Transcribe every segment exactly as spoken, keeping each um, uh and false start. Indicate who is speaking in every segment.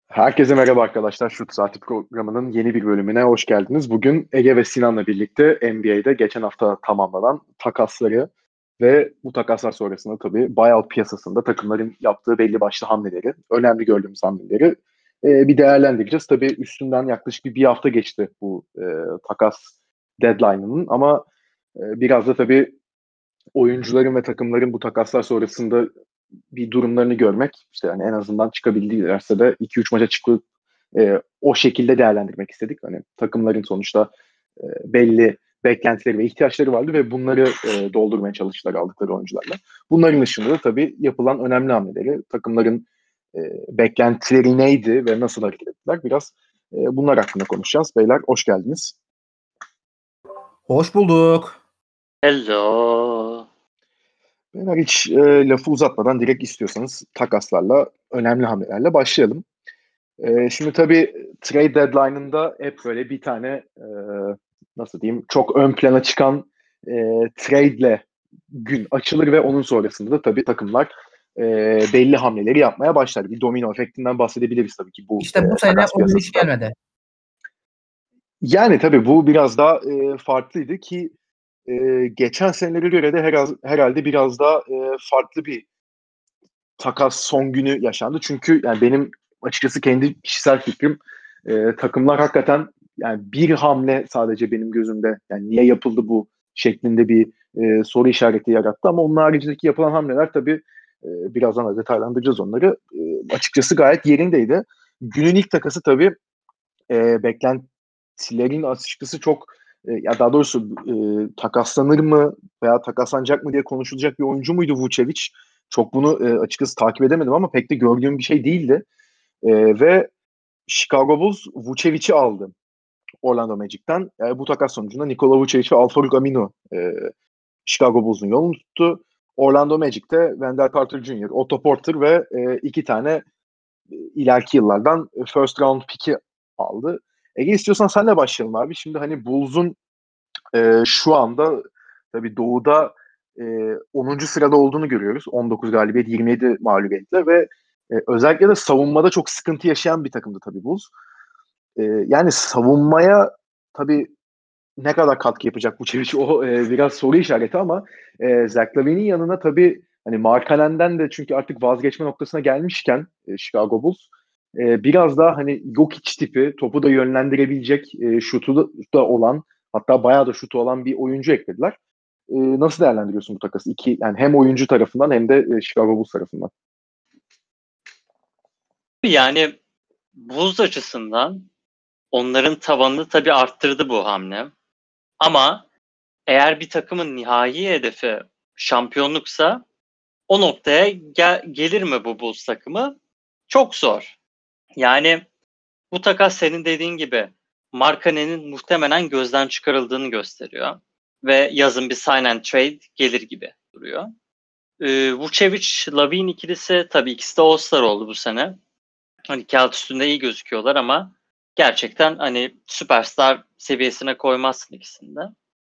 Speaker 1: Herkese merhaba arkadaşlar. Şut Saati programının yeni bir bölümüne hoş geldiniz. Bugün Ege ve Sinan'la birlikte N B A'de geçen hafta tamamlanan takasları ve bu takaslar sonrasında tabii buyout piyasasında takımların yaptığı belli başlı hamleleri, önemli gördüğümüz hamleleri e, bir değerlendireceğiz. Tabii üstünden yaklaşık bir, bir hafta geçti bu e, takas deadline'ının ama e, biraz da tabii oyuncuların ve takımların bu takaslar sonrasında bir durumlarını görmek, işte yani en azından çıkabildilerse de iki üç maça çıkıp e, o şekilde değerlendirmek istedik. Hani takımların sonuçta e, belli beklentileri ve ihtiyaçları vardı ve bunları e, doldurmaya çalıştılar aldıkları oyuncularla. Bunların dışında da tabii yapılan önemli hamleleri, takımların e, beklentileri neydi ve nasıl hareket ettiler, biraz e, bunlar hakkında konuşacağız. Beyler hoş geldiniz.
Speaker 2: Hoş bulduk.
Speaker 3: Hello.
Speaker 1: Beyler hiç e, lafı uzatmadan direkt istiyorsanız takaslarla, önemli hamlelerle başlayalım. E, şimdi tabii trade deadline'ında hep böyle bir tane e, nasıl diyeyim çok ön plana çıkan e, trade'le gün açılır ve onun sonrasında da tabii takımlar e, belli hamleleri yapmaya başlar. Bir domino efektinden bahsedebiliriz tabii ki bu
Speaker 2: İşte bu
Speaker 1: e,
Speaker 2: sene
Speaker 1: takas
Speaker 2: o gün hiç
Speaker 1: piyasasında.
Speaker 2: gelmedi.
Speaker 1: Yani tabii bu biraz daha e, farklıydı ki e, geçen senelere göre de her, herhalde biraz daha e, farklı bir takas son günü yaşandı. Çünkü yani benim açıkçası kendi kişisel fikrim, e, takımlar hakikaten yani bir hamle sadece benim gözümde, yani niye yapıldı bu şeklinde bir e, soru işareti yarattı. Ama onun haricindeki yapılan hamleler tabii e, birazdan da detaylandıracağız onları. E, açıkçası gayet yerindeydi. Günün ilk takası tabii e, beklentilerin açıkçası çok e, ya daha doğrusu e, takaslanır mı veya takaslanacak mı diye konuşulacak bir oyuncu muydu Vucevic? Çok bunu e, açıkçası takip edemedim ama pek de gördüğüm bir şey değildi. E, ve Chicago Bulls Vucevic'i aldı Orlando Magic'ten. Yani bu takas sonucunda Nikola Vucevic ve Al-Farouq Aminu e, Chicago Bulls'un yolunu tuttu. Orlando Magic'te Wendell Carter Junior, Otto Porter ve e, iki tane e, ileriki yıllardan first round pick'i aldı. Ege, istiyorsan senle başlayalım abi. Şimdi hani Bulls'un e, şu anda tabii Doğu'da e, onuncu sırada olduğunu görüyoruz. on dokuz galibiyet, yirmi yedi mağlubiyetle ve e, özellikle de savunmada çok sıkıntı yaşayan bir takımdı tabii Bulls. E, yani savunmaya tabii ne kadar katkı yapacak bu çeviş, o e, biraz soru işareti ama e, Zach LaVine'in yanına tabii hani Markkanen'den de, çünkü artık vazgeçme noktasına gelmişken e, Chicago Bulls e, biraz daha hani Jokic tipi, topu da yönlendirebilecek, e, şutu da, da olan, hatta bayağı da şutu olan bir oyuncu eklediler. E, nasıl değerlendiriyorsun bu takası? İki, yani hem oyuncu tarafından hem de e, Chicago Bulls tarafından.
Speaker 3: Yani Bulls açısından onların tavanını tabii arttırdı bu hamle. Ama eğer bir takımın nihai hedefi şampiyonluksa o noktaya gel- gelir mi bu Bulls takımı? Çok zor. Yani bu takas senin dediğin gibi Markkanen'in muhtemelen gözden çıkarıldığını gösteriyor. Ve yazın bir sign and trade gelir gibi duruyor. Ee, Vucevic-Lavine ikilisi tabii ikisi de All-Star oldu bu sene. Hani kağıt üstünde iyi gözüküyorlar ama gerçekten hani süperstar seviyesine koymazsın ikisini de.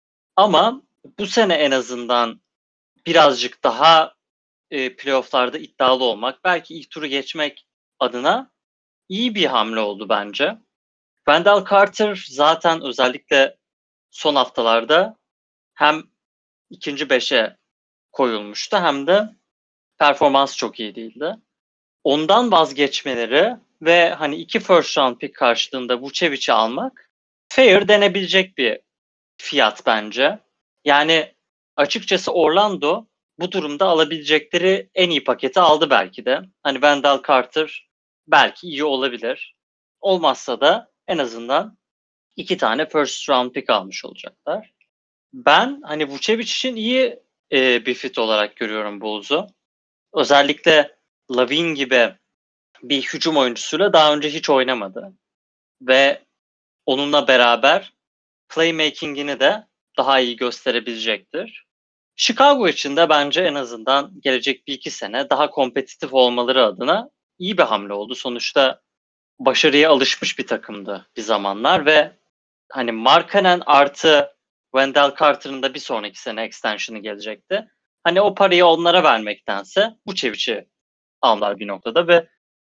Speaker 3: Ama bu sene en azından birazcık daha e, playofflarda iddialı olmak, belki ilk turu geçmek adına iyi bir hamle oldu bence. Wendell Carter zaten özellikle son haftalarda hem ikinci beşe koyulmuştu hem de performans çok iyi değildi. Ondan vazgeçmeleri ve hani iki first round pick karşılığında Vucevic'i almak fair denebilecek bir fiyat bence. Yani açıkçası Orlando bu durumda alabilecekleri en iyi paketi aldı belki de. Hani Wendell Carter belki iyi olabilir. Olmazsa da en azından iki tane first round pick almış olacaklar. Ben hani Vucevic için iyi e, bir fit olarak görüyorum Bulls'u. Özellikle Lavine gibi bir hücum oyuncusuyla daha önce hiç oynamadı. Ve onunla beraber playmaking'ini de daha iyi gösterebilecektir. Chicago için de bence en azından gelecek bir iki sene daha kompetitif olmaları adına iyi bir hamle oldu. Sonuçta başarıya alışmış bir takımdı bir zamanlar ve hani Markkanen artı Wendell Carter'ın da bir sonraki sene extension'ı gelecekti. Hani o parayı onlara vermektense Vucevic'i aldılar bir noktada ve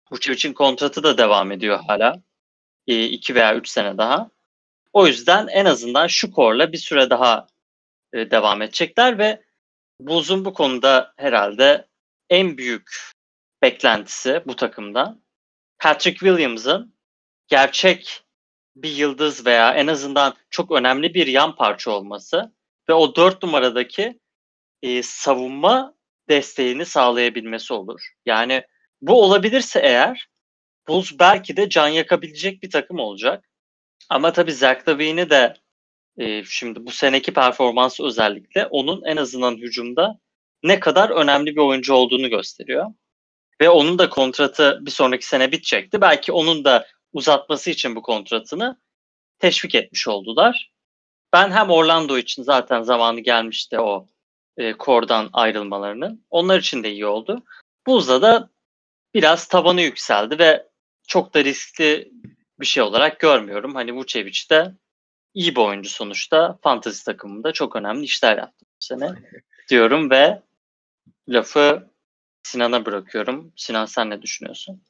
Speaker 3: Vucevic'in kontratı da devam ediyor hala. E, iki veya üç sene daha. O yüzden en azından şu korla bir süre daha e, devam edecekler ve Bulls'un bu konuda herhalde en büyük beklentisi bu takımda Patrick Williams'ın gerçek bir yıldız veya en azından çok önemli bir yan parça olması ve o dört numaradaki e, savunma desteğini sağlayabilmesi olur. Yani bu olabilirse eğer Bulls belki de can yakabilecek bir takım olacak. Ama tabii Zach LaVine'i de e, şimdi bu seneki performansı özellikle onun en azından hücumda ne kadar önemli bir oyuncu olduğunu gösteriyor. Ve onun da kontratı bir sonraki sene bitecekti. Belki onun da uzatması için bu kontratını teşvik etmiş oldular. Ben hem Orlando için zaten zamanı gelmişti o e, kordan ayrılmalarının. Onlar için de iyi oldu. Bulls'da da biraz tabanı yükseldi ve çok da riskli bir şey olarak görmüyorum. Hani Vucevic de iyi bir oyuncu sonuçta. Fantasy takımında çok önemli işler yaptı bu sene diyorum ve lafı Sinan'a bırakıyorum. Sinan sen ne düşünüyorsun?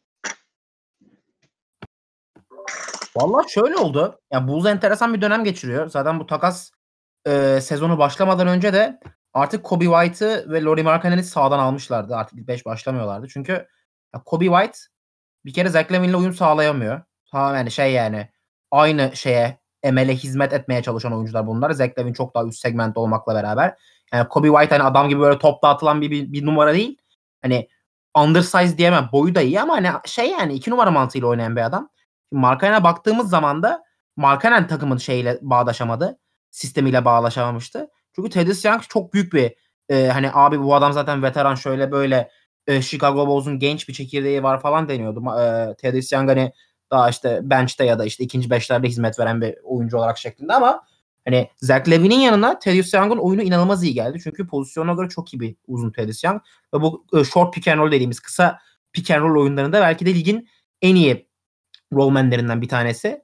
Speaker 2: Vallahi şöyle oldu. Ya Bulls enteresan bir dönem geçiriyor. Zaten bu takas e, sezonu başlamadan önce de artık Kobe White'ı ve Lauri Markkanen'i sağdan almışlardı. Artık ilk beş başlamıyorlardı. Çünkü ya Kobe White bir kere Zach LaVine'le uyum sağlayamıyor. Tamam yani şey yani aynı şeye Emel'e hizmet etmeye çalışan oyuncular bunlar. Zach LaVine çok daha üst segment olmakla beraber. Yani Kobe White hani adam gibi böyle top dağıtılan bir, bir, bir numara değil. Hani undersize diyemem. Boyu da iyi ama hani şey yani iki numara mantığıyla oynayan bir adam. Markkanen'e baktığımız zaman da Markkanen takımın şeyle bağdaşamadı. Sistemiyle bağlaşamamıştı. Çünkü Thaddeus Young çok büyük bir e, hani abi bu adam zaten veteran şöyle böyle e, Chicago Bulls'un genç bir çekirdeği var falan deniyordu. E, Thaddeus Young hani daha işte bench'te ya da işte ikinci beşlerde hizmet veren bir oyuncu olarak şeklinde ama hani Zach LaVine'in yanına Thaddeus Young'un oyunu inanılmaz iyi geldi. Çünkü pozisyonuna göre çok iyi bir uzun Thaddeus Young. Ve bu e, short pick and roll dediğimiz kısa pick and roll oyunlarında belki de ligin en iyi rollmanlerinden bir tanesi.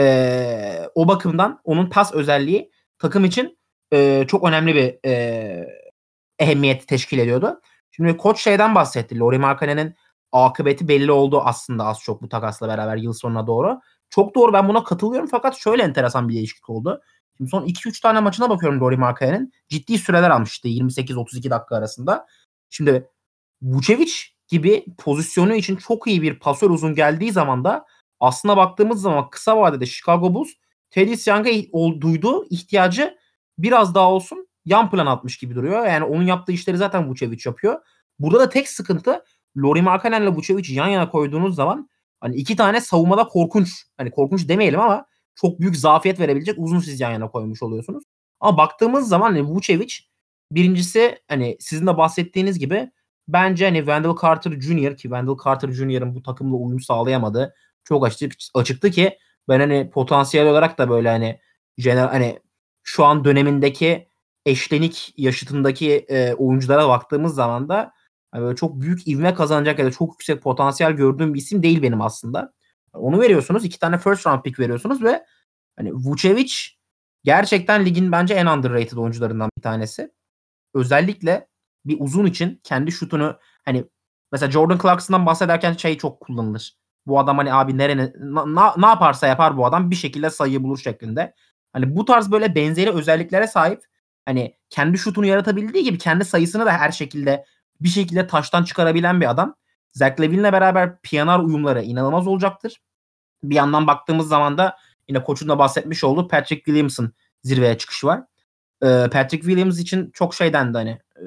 Speaker 2: Ee, o bakımdan onun pas özelliği takım için e, çok önemli bir e, ehemmiyet teşkil ediyordu. Şimdi koç şeyden bahsetti. Lauri Markkanen'in akıbeti belli oldu aslında az çok bu takasla beraber yıl sonuna doğru. Çok doğru, ben buna katılıyorum fakat şöyle enteresan bir değişiklik oldu. Şimdi son iki üç tane maçına bakıyorum Lauri Markkanen'in. Ciddi süreler almıştı yirmi sekiz otuz iki dakika arasında. Şimdi Vucevic gibi pozisyonu için çok iyi bir pasör uzun geldiği zaman da aslına baktığımız zaman kısa vadede Chicago Bulls Thaddeus Young'a duyduğu ihtiyacı biraz daha olsun yan plan atmış gibi duruyor. Yani onun yaptığı işleri zaten Vucevic yapıyor. Burada da tek sıkıntı Lauri Markkanen'le Vucevic'i yan yana koyduğunuz zaman hani iki tane savunmada korkunç, hani korkunç demeyelim ama çok büyük zafiyet verebilecek uzun siz yan yana koymuş oluyorsunuz. Ama baktığımız zaman hani Vucevic birincisi hani sizin de bahsettiğiniz gibi bence hani Wendell Carter Junior ki Wendell Carter Junior'ın bu takımla uyum sağlayamadığı çok açık, açıktı ki ben hani potansiyel olarak da böyle hani genel hani şu an dönemindeki eşlenik yaşıtındaki e, oyunculara baktığımız zaman da hani böyle çok büyük ivme kazanacak ya da çok yüksek potansiyel gördüğüm bir isim değil benim aslında. Onu veriyorsunuz. iki tane first round pick veriyorsunuz ve hani Vucevic gerçekten ligin bence en underrated oyuncularından bir tanesi. Özellikle bir uzun için kendi şutunu hani mesela Jordan Clarkson'dan bahsederken şey çok kullanılır. Bu adam hani abi nerene na, ne yaparsa yapar bu adam bir şekilde sayı bulur şeklinde. Hani bu tarz böyle benzeri özelliklere sahip hani kendi şutunu yaratabildiği gibi kendi sayısını da her şekilde bir şekilde taştan çıkarabilen bir adam. Zach LaVine'le beraber P R uyumları inanılmaz olacaktır. Bir yandan baktığımız zaman da yine koçun da bahsetmiş olduğu Patrick Williams'ın zirveye çıkışı var. Patrick Williams için çok şeyden de hani e,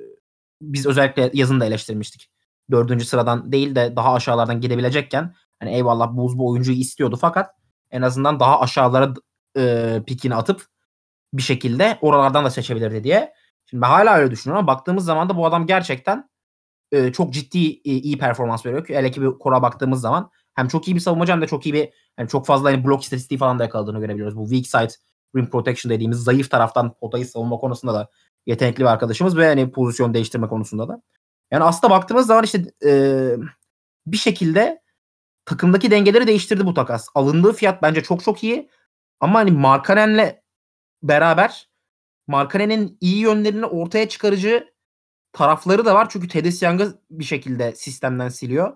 Speaker 2: biz özellikle yazın da eleştirmiştik. Dördüncü sıradan değil de daha aşağılardan gidebilecekken hani eyvallah Bulls bu oyuncuyu istiyordu fakat en azından daha aşağılara e, pikini atıp bir şekilde oralardan da seçebilirdi diye. Şimdi ben hala öyle düşünüyorum ama baktığımız zaman da bu adam gerçekten e, çok ciddi e, iyi performans veriyor. Hele ki bir kora baktığımız zaman hem çok iyi bir savunmacı hem de çok iyi bir yani çok fazla hani blok istatistiği falan da yakaladığını görebiliyoruz. Bu weak side rim protection dediğimiz zayıf taraftan potayı savunma konusunda da yetenekli bir arkadaşımız ve hani pozisyon değiştirme konusunda da. Yani aslında baktığımız zaman işte e, bir şekilde takımdaki dengeleri değiştirdi bu takas. Alındığı fiyat bence çok çok iyi. Ama hani Markkanen'le beraber Markkanen'in iyi yönlerini ortaya çıkarıcı tarafları da var. Çünkü Thaddeus Young'ı bir şekilde sistemden siliyor.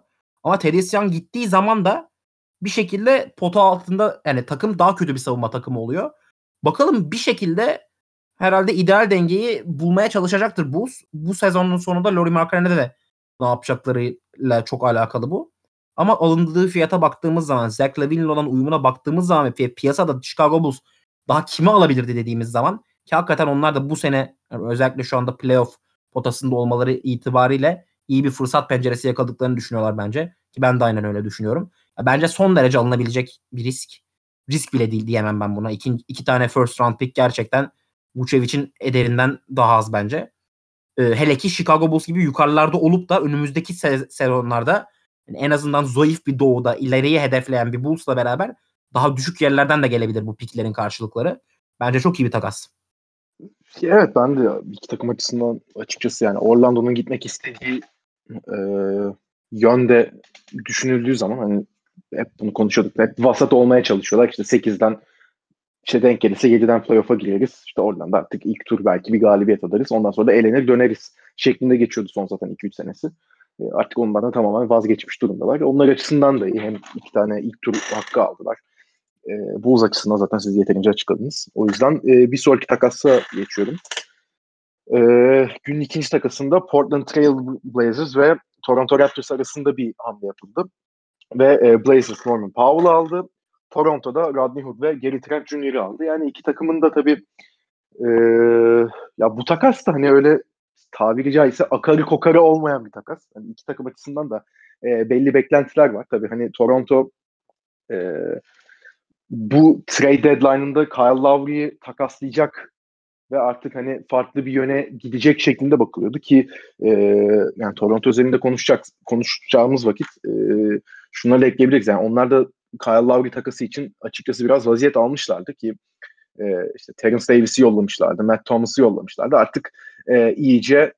Speaker 2: Ama Thaddeus Young gittiği zaman da bir şekilde pota altında yani takım daha kötü bir savunma takımı oluyor. Bakalım bir şekilde herhalde ideal dengeyi bulmaya çalışacaktır Bulls. Bu sezonun sonunda Lauri Markkanen'de de ne yapacaklarıyla çok alakalı bu. Ama alındığı fiyata baktığımız zaman, Zach LaVine'le olan uyumuna baktığımız zaman ve piyasada Chicago Bulls daha kimi alabilirdi dediğimiz zaman ki hakikaten onlar da bu sene yani özellikle şu anda playoff potasında olmaları itibariyle iyi bir fırsat penceresi yakaladıklarını düşünüyorlar bence. Ki ben de aynen öyle düşünüyorum. Bence son derece alınabilecek bir risk. Risk bile değil diyemem ben buna. İki, iki tane first round pick gerçekten Vucevic'in ederinden daha az bence. Ee, hele ki Chicago Bulls gibi yukarılarda olup da önümüzdeki se- sezonlarda yani en azından zayıf bir doğuda ileriye hedefleyen bir Bulls'la beraber daha düşük yerlerden de gelebilir bu picklerin karşılıkları. Bence çok iyi bir takas.
Speaker 1: Evet, ben de iki takım açısından açıkçası yani Orlando'nun gitmek istediği e, yönde düşünüldüğü zaman hani hep bunu konuşuyorduk. Hep vasat olmaya çalışıyorlar. İşte sekizden işte denk gelirse yediden playoff'a gireriz. İşte oradan da artık ilk tur belki bir galibiyet alırız. Ondan sonra da elenir döneriz şeklinde geçiyordu son zaten iki üç senesi. E, artık onlardan tamamen vazgeçmiş durumdalar. Onlar açısından da iyi. Hem iki tane ilk tur hakkı aldılar. E, Bulls açısından zaten siz yeterince açıkladınız. O yüzden e, bir sonraki takasa geçiyorum. E, günün ikinci takasında Portland Trail Blazers ve Toronto Raptors arasında bir hamle yapıldı. Ve e, Blazers Norman Powell'ı aldı. Toronto'da Rodney Hood ve Gary Trent Junior'ı aldı. Yani iki takımın da tabii e, ya bu takas da hani öyle tabiri caizse akarı kokarı olmayan bir takas. Yani iki takım açısından da e, belli beklentiler var. Tabii hani Toronto e, bu trade deadline'ında Kyle Lowry'i takaslayacak ve artık hani farklı bir yöne gidecek şeklinde bakılıyordu ki e, yani Toronto üzerinde konuşacak konuşacağımız vakit e, şunları ekleyebiliriz. Yani onlar da Kyle Lowry takası için açıkçası biraz vaziyet almışlardı ki e, işte Terence Davis'i yollamışlardı, Matt Thomas'ı yollamışlardı. Artık e, iyice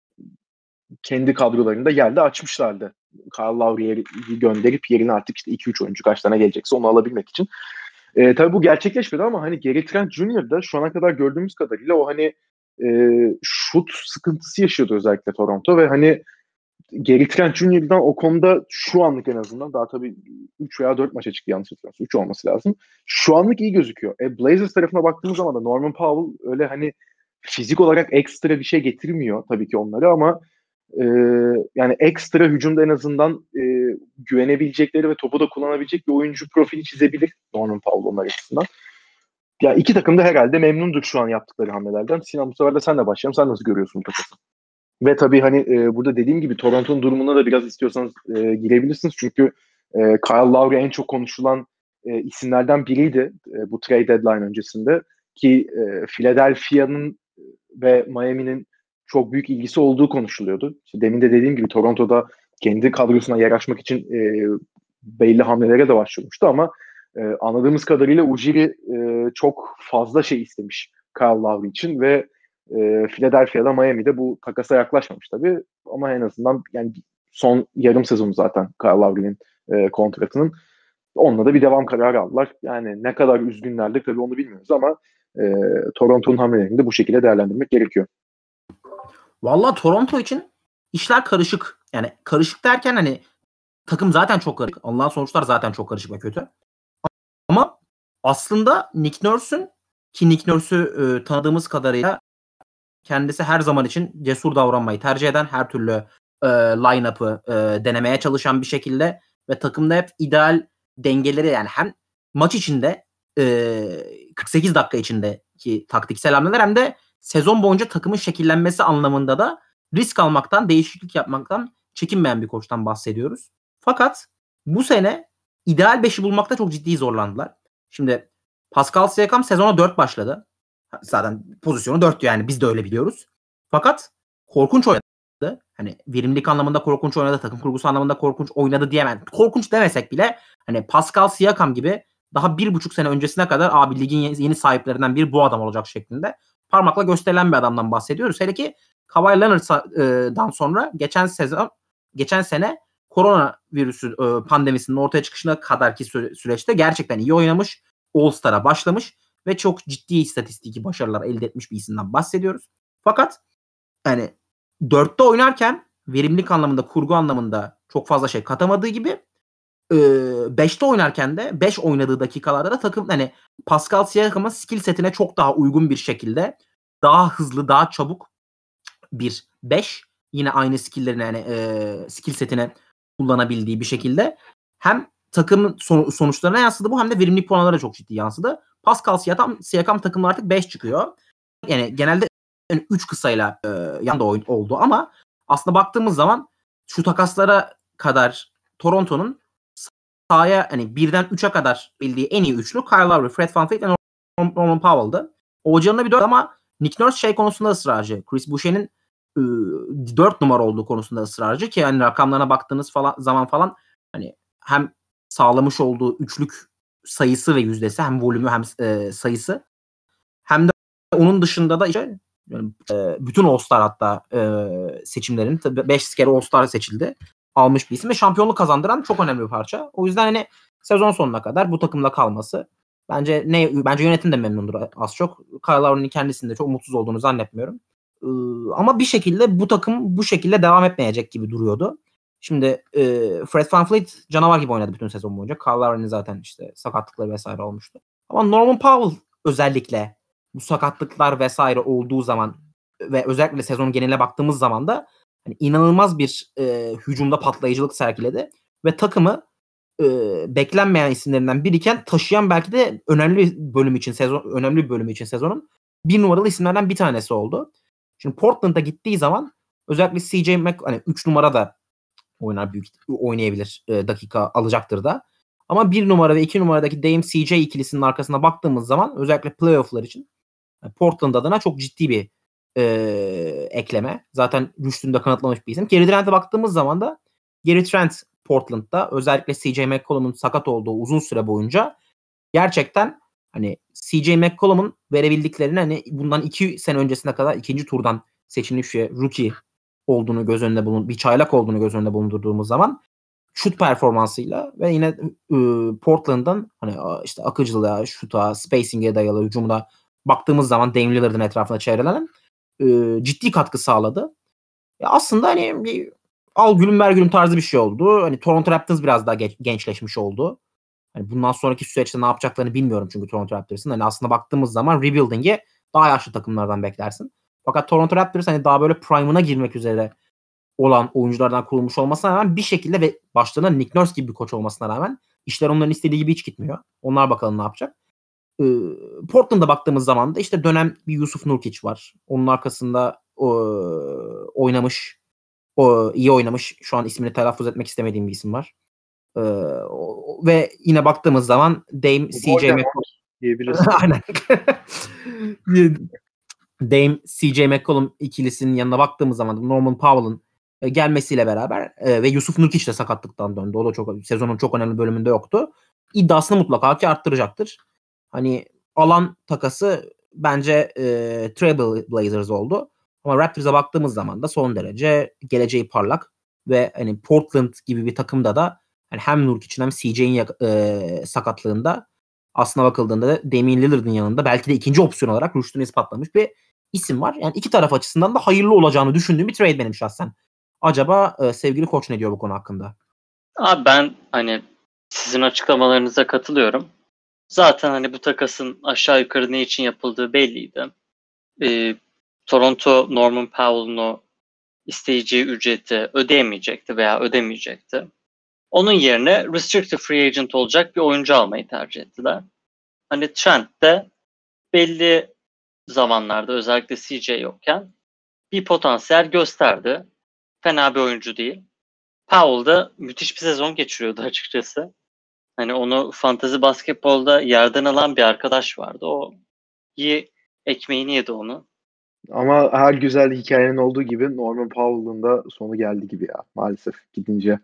Speaker 1: kendi kadrolarında yerde açmışlardı. Kyle Lowry'i gönderip yerine artık işte iki üç oyuncu kaç tane gelecekse onu alabilmek için. E, tabii bu gerçekleşmedi ama hani Gary Trent Junior da şu ana kadar gördüğümüz kadarıyla o hani e, şut sıkıntısı yaşıyordu özellikle Toronto ve hani Gary Trent Junior'dan o konuda şu anlık en azından daha tabii üç veya dört maça çıktı yanlış hatırlamıyorsam. üç olması lazım. Şu anlık iyi gözüküyor. E, Blazers tarafına baktığımız zaman da Norman Powell öyle hani fizik olarak ekstra bir şey getirmiyor tabii ki onları ama e, yani ekstra hücumda en azından e, güvenebilecekleri ve topu da kullanabilecek bir oyuncu profili çizebilir Norman Powell onlar açısından. Ya iki takım da herhalde memnundur şu an yaptıkları hamlelerden. Sinan bu sefer de senle başlayalım. Sen nasıl görüyorsun bu takası? Ve tabii hani e, burada dediğim gibi Toronto'nun durumuna da biraz istiyorsanız e, girebilirsiniz. Çünkü e, Kyle Lowry en çok konuşulan e, isimlerden biriydi e, bu trade deadline öncesinde. Ki e, Philadelphia'nın ve Miami'nin çok büyük ilgisi olduğu konuşuluyordu. İşte demin de dediğim gibi Toronto'da kendi kadrosuna yer açmak için e, belli hamlelere de başvurmuştu ama e, anladığımız kadarıyla Ujiri e, çok fazla şey istemiş Kyle Lowry için ve e, Philadelphia'da Miami'de bu takasa yaklaşmamış tabii ama en azından yani son yarım sezonu zaten Kyle Lowry'nin e, kontratının onunla da bir devam kararı aldılar. Yani ne kadar üzgünlerdi tabii onu bilmiyoruz ama e, Toronto'nun hamlelerini de bu şekilde değerlendirmek gerekiyor.
Speaker 2: Vallahi Toronto için işler karışık. Yani karışık derken hani takım zaten çok karışık. Allah'ın sonuçlar zaten çok karışık ve kötü. Ama aslında Nick Nurse'ün ki Nick Nurse'ü e, tanıdığımız kadarıyla kendisi her zaman için cesur davranmayı tercih eden, her türlü e, line-up'ı e, denemeye çalışan bir şekilde ve takımda hep ideal dengeleri yani hem maç içinde e, kırk sekiz dakika içindeki taktiksel hamleler hem de sezon boyunca takımın şekillenmesi anlamında da risk almaktan, değişiklik yapmaktan çekinmeyen bir koçtan bahsediyoruz. Fakat bu sene ideal beşi bulmakta çok ciddi zorlandılar. Şimdi Pascal Siakam sezona dört başladı. Zaten pozisyonu dörttü yani biz de öyle biliyoruz. Fakat korkunç oynadı. Hani verimlilik anlamında korkunç oynadı. Takım kurgusu anlamında korkunç oynadı diyemem. Korkunç demesek bile hani Pascal Siakam gibi daha bir buçuk sene öncesine kadar abi ligin yeni sahiplerinden biri bu adam olacak şeklinde parmakla gösterilen bir adamdan bahsediyoruz. Hele ki Kawhi Leonard'dan sonra geçen sezon geçen sene korona virüsü pandemisinin ortaya çıkışına kadarki süreçte gerçekten iyi oynamış. All-Star'a başlamış ve çok ciddi istatistiki başarılar elde etmiş bir isimden bahsediyoruz. Fakat yani dörtte oynarken verimlilik anlamında, kurgu anlamında çok fazla şey katamadığı gibi beşte oynarken de beş oynadığı dakikalarda da takım hani Pascal Siakam'ın skill setine çok daha uygun bir şekilde daha hızlı, daha çabuk bir beş yine aynı skill'lerini yani e, skill setine kullanabildiği bir şekilde hem takımın son, sonuçlarına yansıdı bu hem de verimlilik puanlara çok ciddi yansıdı. Pascal Siakam, Siakam takımı artık beş çıkıyor. Yani genelde yani üç kısayla e, yanda oyun oldu ama aslında baktığımız zaman şu takaslara kadar Toronto'nun sahaya hani birden üçe kadar bildiği en iyi üçlü Kyle Lowry, Fred VanVleet ve Norman Powell'dı. O canına bir dört ama Nick Nurse şey konusunda ısrarcı. Chris Boucher'in dört numara olduğu konusunda ısrarcı ki hani rakamlarına baktığınız falan zaman falan hani hem sağlamış olduğu üçlük sayısı ve yüzdesi hem volümü hem e, sayısı hem de onun dışında da işte yani, e, bütün All-Star hatta e, seçimlerin beş kere All-Star seçildi. Almış bir isim ve şampiyonluk kazandıran çok önemli bir parça. O yüzden hani sezon sonuna kadar bu takımla kalması bence ne bence yönetim de memnundur az çok. Kyle Lowry'nin kendisinde çok mutsuz olduğunu zannetmiyorum. Ee, ama bir şekilde bu takım bu şekilde devam etmeyecek gibi duruyordu. Şimdi e, Fred VanVleet canavar gibi oynadı bütün sezon boyunca. Kyle Lowry'nin zaten işte sakatlıkları vesaire olmuştu. Ama Norman Powell özellikle bu sakatlıklar vesaire olduğu zaman ve özellikle sezonun geneline baktığımız zaman da yani inanılmaz bir e, hücumda patlayıcılık sergiledi ve takımı e, beklenmeyen isimlerinden biriken taşıyan belki de önemli bir bölüm için sezon önemli bir bölümü için sezonun bir numaralı isimlerden bir tanesi oldu. Şimdi Portland'a gittiği zaman özellikle C J Mc hani üç numara da oynar büyük oynayabilir e, dakika alacaktır da. Ama bir numara ve iki numaradaki Dame C J ikilisinin arkasına baktığımız zaman özellikle playoff'lar için Portland adına çok ciddi bir e, ekleme. Zaten rüştünü de kanıtlamış bir isim. Gary Trent'e baktığımız zaman da Gary Trent Portland'da özellikle C J McCollum'un sakat olduğu uzun süre boyunca gerçekten hani C J McCollum'un verebildiklerini hani bundan iki sene öncesine kadar ikinci turdan seçilmiş rookie olduğunu göz önünde bulun bir çaylak olduğunu göz önünde bulundurduğumuz zaman şut performansıyla ve yine e, Portland'dan hani işte akıcılığa, şuta, spacing'e dayalı hücumuna baktığımız zaman Dame Lillard'ın etrafına çevrelenen e, ciddi katkı sağladı. Ya aslında hani bir al gülüm ver gülüm tarzı bir şey oldu. Hani Toronto Raptors biraz daha geç, gençleşmiş oldu. Hani bundan sonraki süreçte ne yapacaklarını bilmiyorum çünkü Toronto Raptors'ın. Hani aslında baktığımız zaman rebuilding'i daha yaşlı takımlardan beklersin. Fakat Toronto Raptors hani daha böyle prime'ına girmek üzere olan oyunculardan kurulmuş olmasına rağmen bir şekilde ve başlarına Nick Nurse gibi bir koç olmasına rağmen işler onların istediği gibi hiç gitmiyor. Onlar bakalım ne yapacak. Ee, Portland'a baktığımız zaman da işte dönem bir Yusuf Nurkic var. Onun arkasında o, oynamış, o iyi oynamış. Şu an ismini telaffuz etmek istemediğim bir isim var. Ee, o, ve yine baktığımız zaman Dame C J McCollum
Speaker 1: diyebilirsin.
Speaker 2: Aynen. Dame C J McCollum ikilisinin yanına baktığımız zaman Norman Powell'ın gelmesiyle beraber e, ve Yusuf Nurkic de sakatlıktan döndü. O da çok sezonun çok önemli bölümünde yoktu. İddiasını mutlaka ki arttıracaktır. Hani alan takası bence e, Trail Blazers oldu. Ama Raptors'a baktığımız zaman da son derece geleceği parlak ve hani Portland gibi bir takımda da yani hem Nurkic'in hem C J'in e, sakatlığında aslına bakıldığında da Damian Lillard'ın yanında belki de ikinci opsiyon olarak rüştünü ispatlamış bir isim var. Yani iki taraf açısından da hayırlı olacağını düşündüğüm bir trade benim şahsen. Acaba e, sevgili koç ne diyor bu konu hakkında?
Speaker 3: Abi ben hani sizin açıklamalarınıza katılıyorum. Zaten hani bu takasın aşağı yukarı ne için yapıldığı belliydi. Ee, Toronto Norman Powell'ın o isteyeceği ücreti ödeyemeyecekti veya ödemeyecekti. Onun yerine restricted free agent olacak bir oyuncu almayı tercih ettiler. Hani Trent de belli zamanlarda özellikle C J yokken bir potansiyel gösterdi. Fena bir oyuncu değil. Powell da müthiş bir sezon geçiriyordu açıkçası. Hani onu fantezi basketbolda yerden alan bir arkadaş vardı. O iyi ekmeğini yedi onu.
Speaker 1: Ama her güzel hikayenin olduğu gibi Norman Powell'ın da sonu geldi gibi ya maalesef gidince.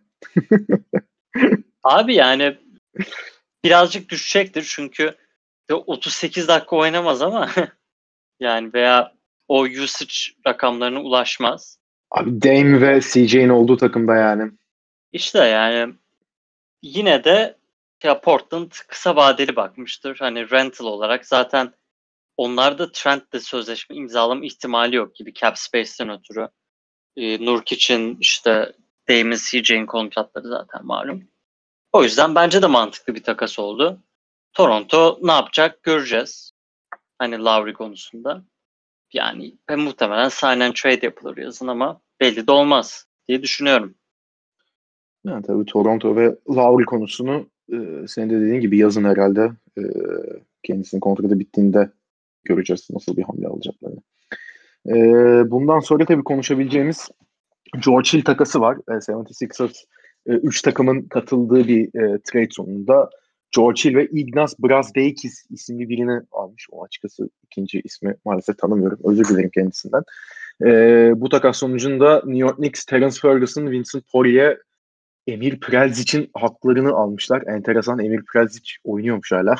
Speaker 3: Abi yani birazcık düşecektir çünkü otuz sekiz dakika oynamaz ama yani veya o usage rakamlarına ulaşmaz.
Speaker 1: Abi Dame ve C J'nin olduğu takımda yani.
Speaker 3: İşte yani yine de ya Portland kısa vadeli bakmıştır. Hani rental olarak zaten onlarda Trent'le sözleşme imzalama ihtimali yok gibi cap space'ten ötürü. Ee, Nurkic'in işte Damon C J'in kontratları zaten malum. O yüzden bence de mantıklı bir takas oldu. Toronto ne yapacak göreceğiz. Hani Lowry konusunda. Yani ben muhtemelen sign and trade yapılır yazın ama belli de olmaz diye düşünüyorum.
Speaker 1: Yani tabii Toronto ve Lowry konusunu e, senin de dediğin gibi yazın herhalde e, kendisinin kontratı bittiğinde göreceğiz nasıl bir hamle alacaklarını. E, bundan sonra tabii konuşabileceğimiz George Hill takası var. E, yetmiş altı üç takımın katıldığı bir e, trade sonunda George Hill ve Ignas Brazdeikis isimli birini almış. O açıkçası ikinci ismi maalesef tanımıyorum. Özür dilerim kendisinden. E, bu takas sonucunda New York Knicks, Terence Ferguson, Vincent Poirier, Emir Prelzic'in haklarını almışlar. Enteresan, Emir Prelzic oynuyormuş hala.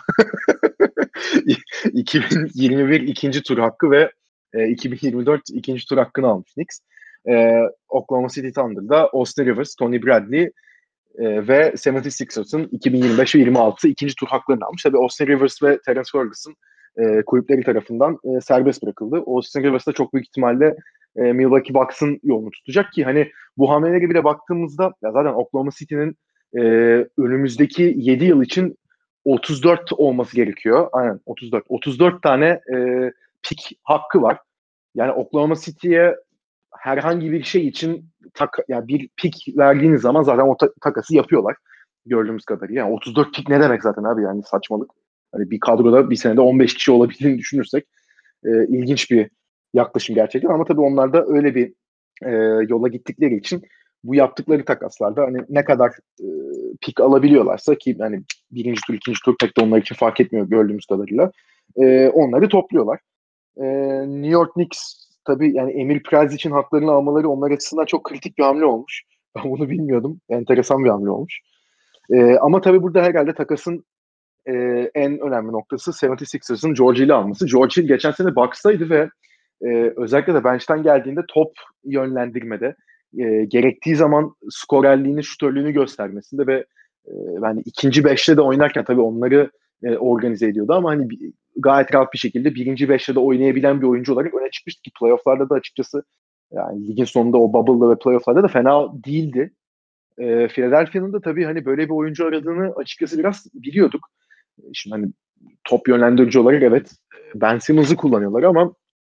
Speaker 1: iki bin yirmi bir ikinci tur hakkı ve e, iki bin yirmi dört ikinci tur hakkını almış Knicks. E, Oklahoma City Thunder'da Austin Rivers, Tony Bradley e, ve yetmiş altı'ın iki bin yirmi beş ve yirmi altı ikinci tur haklarını almış. Tabii Austin Rivers ve Terence Ferguson e, kulüpleri tarafından e, serbest bırakıldı. Austin Rivers da çok büyük ihtimalle e, Milwaukee Bucks'ın yolunu tutacak ki hani bu hamlelere bile baktığımızda ya zaten Oklahoma City'nin e, önümüzdeki yedi yıl için otuz dört olması gerekiyor. Aynen otuz dört. otuz dört tane e, pick hakkı var. Yani Oklahoma City'ye herhangi bir şey için tak, yani bir pick verdiğiniz zaman zaten o ta- takası yapıyorlar. Gördüğümüz kadarıyla. Yani otuz dört pick ne demek zaten abi, yani saçmalık. Hani bir kadroda bir senede on beş kişi olabildiğini düşünürsek e, ilginç bir yaklaşım gerçekten, ama tabii onlar da öyle bir e, yola gittikleri için bu yaptıkları takaslarda hani ne kadar e, pick alabiliyorlarsa ki yani birinci tur, ikinci tur pek de onlar için fark etmiyor gördüğümüz kadarıyla. E, onları topluyorlar. E, New York Knicks tabii yani Emir Prelzic'in haklarını almaları onlar açısından çok kritik bir hamle olmuş. Ben bunu bilmiyordum. Enteresan bir hamle olmuş. E, ama tabii burada herhalde takasın e, en önemli noktası yetmiş altı'ın George Hill'i alması. George Hill geçen sene Bucks'taydı ve e, özellikle de bench'ten geldiğinde top yönlendirmede e, gerektiği zaman skorerliğini, şutörlüğünü göstermesinde ve e, yani ikinci beşte de oynarken tabii onları e, organize ediyordu ama hani bir, gayet rahat bir şekilde birinci beşte de oynayabilen bir oyuncu olarak öne çıkmıştı ki playoff'larda da açıkçası yani ligin sonunda o bubble'da ve playoff'larda da fena değildi. E, Philadelphia'nın da tabii hani böyle bir oyuncu aradığını açıkçası biraz biliyorduk. Şimdi hani top yönlendirici olarak evet Ben Simmons'ı kullanıyorlar ama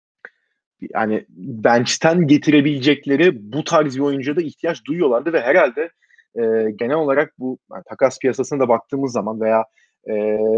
Speaker 1: yani bench'ten getirebilecekleri bu tarz bir oyuncuya da ihtiyaç duyuyorlardı ve herhalde e, genel olarak bu yani takas piyasasına da baktığımız zaman veya e,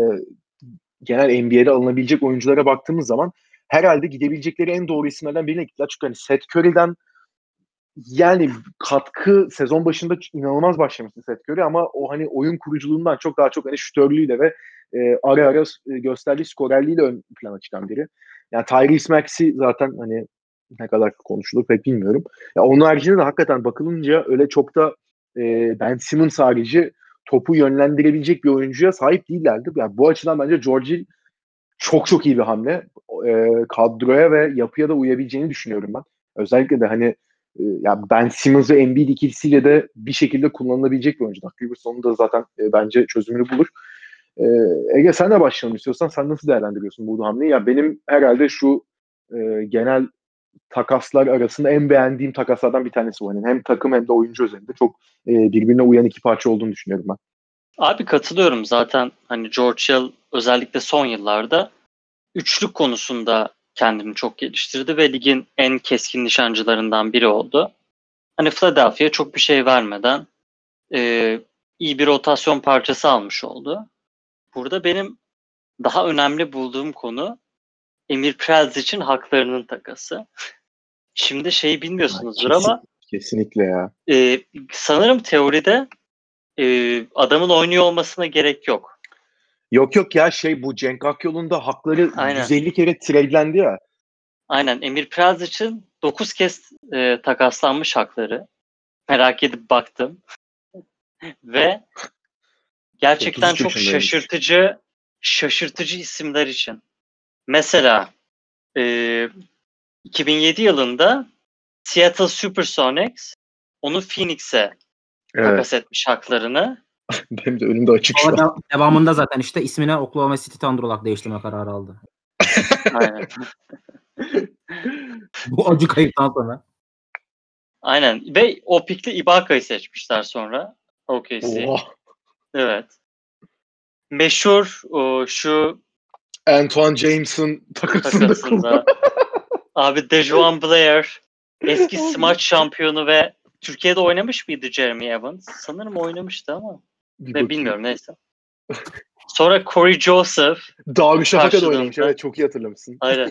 Speaker 1: genel N B A'de alınabilecek oyunculara baktığımız zaman herhalde gidebilecekleri en doğru isimlerden birine gittiler. Çünkü hani Seth Curry'den yani katkı sezon başında inanılmaz başlamıştı Seth Curry ama o hani oyun kuruculuğundan çok daha çok hani şütörlüğüyle ve e, ara ara e, gösterdiği skorerliğiyle ön plana çıkan biri. Yani Tyrese Maxey zaten hani ne kadar konuşulur pek bilmiyorum. Ya onun haricinde de hakikaten bakılınca öyle çok da e, Ben Simmons harici topu yönlendirebilecek bir oyuncuya sahip değillerdi. Yani bu açıdan bence George Hill çok çok iyi bir hamle. E, kadroya ve yapıya da uyabileceğini düşünüyorum ben. Özellikle de hani ya Ben Simmons ve Embiid ikilisiyle de bir şekilde kullanılabilecek bir oyuncu. Rivers onun da zaten e, bence çözümünü bulur. E, Ege sen de başlayalım istiyorsan. Sen nasıl değerlendiriyorsun bu hamleyi? Ya benim herhalde şu e, genel takaslar arasında en beğendiğim takaslardan bir tanesi bu. Yani hem takım hem de oyuncu özelinde çok e, birbirine uyan iki parça olduğunu düşünüyorum ben.
Speaker 3: Abi katılıyorum zaten hani George Hill özellikle son yıllarda üçlük konusunda kendini çok geliştirdi ve ligin en keskin nişancılarından biri oldu. Hani Philadelphia çok bir şey vermeden e, iyi bir rotasyon parçası almış oldu. Burada benim daha önemli bulduğum konu Emir Prelzic'in haklarının takası. Şimdi şeyi bilmiyorsunuzdur
Speaker 1: Kesin,
Speaker 3: ama
Speaker 1: kesinlikle ya.
Speaker 3: e, sanırım teoride e, adamın oynuyor olmasına gerek yok.
Speaker 1: Yok yok ya şey bu Cenk Akyol'un da hakları
Speaker 3: Aynen.
Speaker 1: yüz elli kere tradelendi ya.
Speaker 3: Aynen. Emir Prelzic'in dokuz kez e, takaslanmış hakları. Merak edip baktım. Ve gerçekten çok şaşırtıcı şaşırtıcı isimler için. Mesela e, iki bin yedi yılında Seattle Supersonics onu Phoenix'e
Speaker 1: Evet.
Speaker 3: takas etmiş haklarını.
Speaker 1: Benim de önümde açık şu an.
Speaker 2: Devamında zaten işte ismine Oklahoma City Thunder olarak değiştirme kararı aldı.
Speaker 3: Aynen.
Speaker 2: Bu acı kayıptan sonra.
Speaker 3: Aynen. Ve o pikte Ibaka'yı seçmişler sonra. O K C.
Speaker 1: Oha.
Speaker 3: Evet. Meşhur o, şu
Speaker 1: Antoine James'ın takasında,
Speaker 3: takasında. Abi Dejuan Blair eski smaç şampiyonu ve Türkiye'de oynamış mıydı Jeremy Evans? Sanırım oynamıştı ama. Ve bilmiyorum neyse. Sonra Corey Joseph.
Speaker 1: Darüşşafaka'da oynamış. Evet, çok iyi hatırlamışsın.
Speaker 3: Aynen.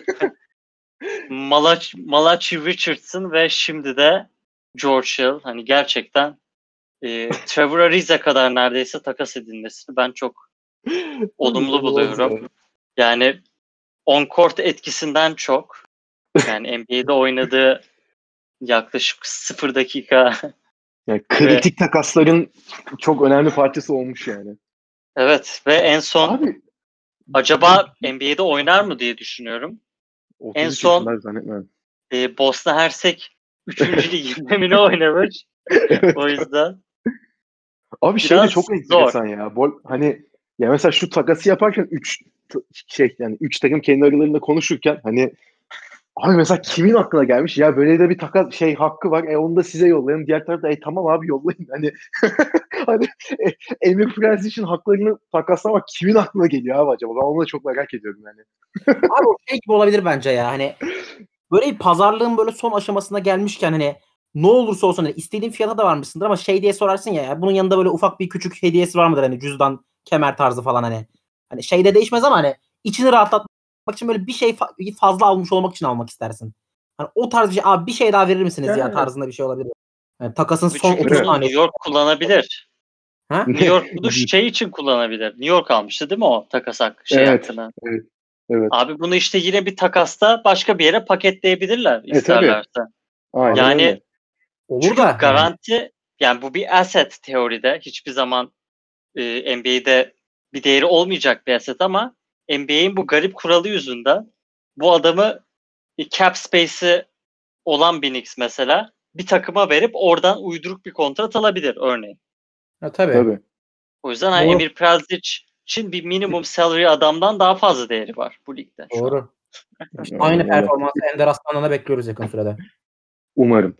Speaker 3: Malach, Malachi Richardson ve şimdi de George Hill. Hani gerçekten e, Trevor Ariza kadar neredeyse takas edilmesini ben çok olumlu buluyorum. Yani on-court etkisinden çok. Yani N B A'de oynadığı yaklaşık sıfır dakika.
Speaker 1: Yani kritik ve, takasların çok önemli parçası olmuş yani.
Speaker 3: Evet ve en son abi, acaba N B A'de oynar mı diye düşünüyorum. En son e, Bosna Hersek üçüncü liginde mi ne oynamış? Evet. O yüzden.
Speaker 1: Abi şey de çok enteresan ya. Bol, hani ya mesela şu takası yaparken üç şey yani üç takım kendi aralarında konuşurken hani abi mesela kimin aklına gelmiş ya böyle de bir takas şey hakkı var. E onu da size yollayalım. Diğer tarafta e tamam abi yollayın. Hani hani e, Emir Prens için haklarını takaslamak kimin aklına geliyor abi acaba? Ben onu da çok merak ediyorum yani.
Speaker 2: Abi o şey gibi olabilir bence ya. Hani böyle bir pazarlığın böyle son aşamasına gelmişken hani ne olursa olsun hani istediğin fiyata da varmışsındır ama şey diye sorarsın ya, ya bunun yanında böyle ufak bir küçük hediyesi var mıdır hani cüzdan, kemer tarzı falan hani. Hani şeyde değişmez ama hani içini rahatlatmak için böyle bir şey fa- fazla almış olmak için almak istersin. Hani o tarz bir şey, abi bir şey daha verir misiniz evet. ya tarzında bir şey olabilir. Yani takasın son otuz saniye.
Speaker 3: New York kullanabilir. Ha? New York bunu şey için kullanabilir. New York almıştı değil mi o takas hakkı şey
Speaker 1: evet,
Speaker 3: hakkını?
Speaker 1: Evet. Evet.
Speaker 3: Abi bunu işte yine bir takasta başka bir yere paketleyebilirler e, isterlerse.
Speaker 1: Tabii. Aynen
Speaker 3: yani
Speaker 1: öyle.
Speaker 2: Olur
Speaker 3: çünkü
Speaker 2: da
Speaker 3: garanti yani. yani bu bir asset teoride. Hiçbir zaman e, N B A'de bir değeri olmayacak bir asset ama N B A'in bu garip kuralı yüzünden bu adamı e, cap space'i olan bir Knicks mesela bir takıma verip oradan uyduruk bir kontrat alabilir örneğin.
Speaker 2: Ha, tabii.
Speaker 1: tabii.
Speaker 3: O yüzden hani Emir Prezic için bir minimum salary adamdan daha fazla değeri var bu ligde.
Speaker 2: Doğru. İşte aynı performansı Ender Aslan'dan bekliyoruz yakın sürede.
Speaker 1: Umarım.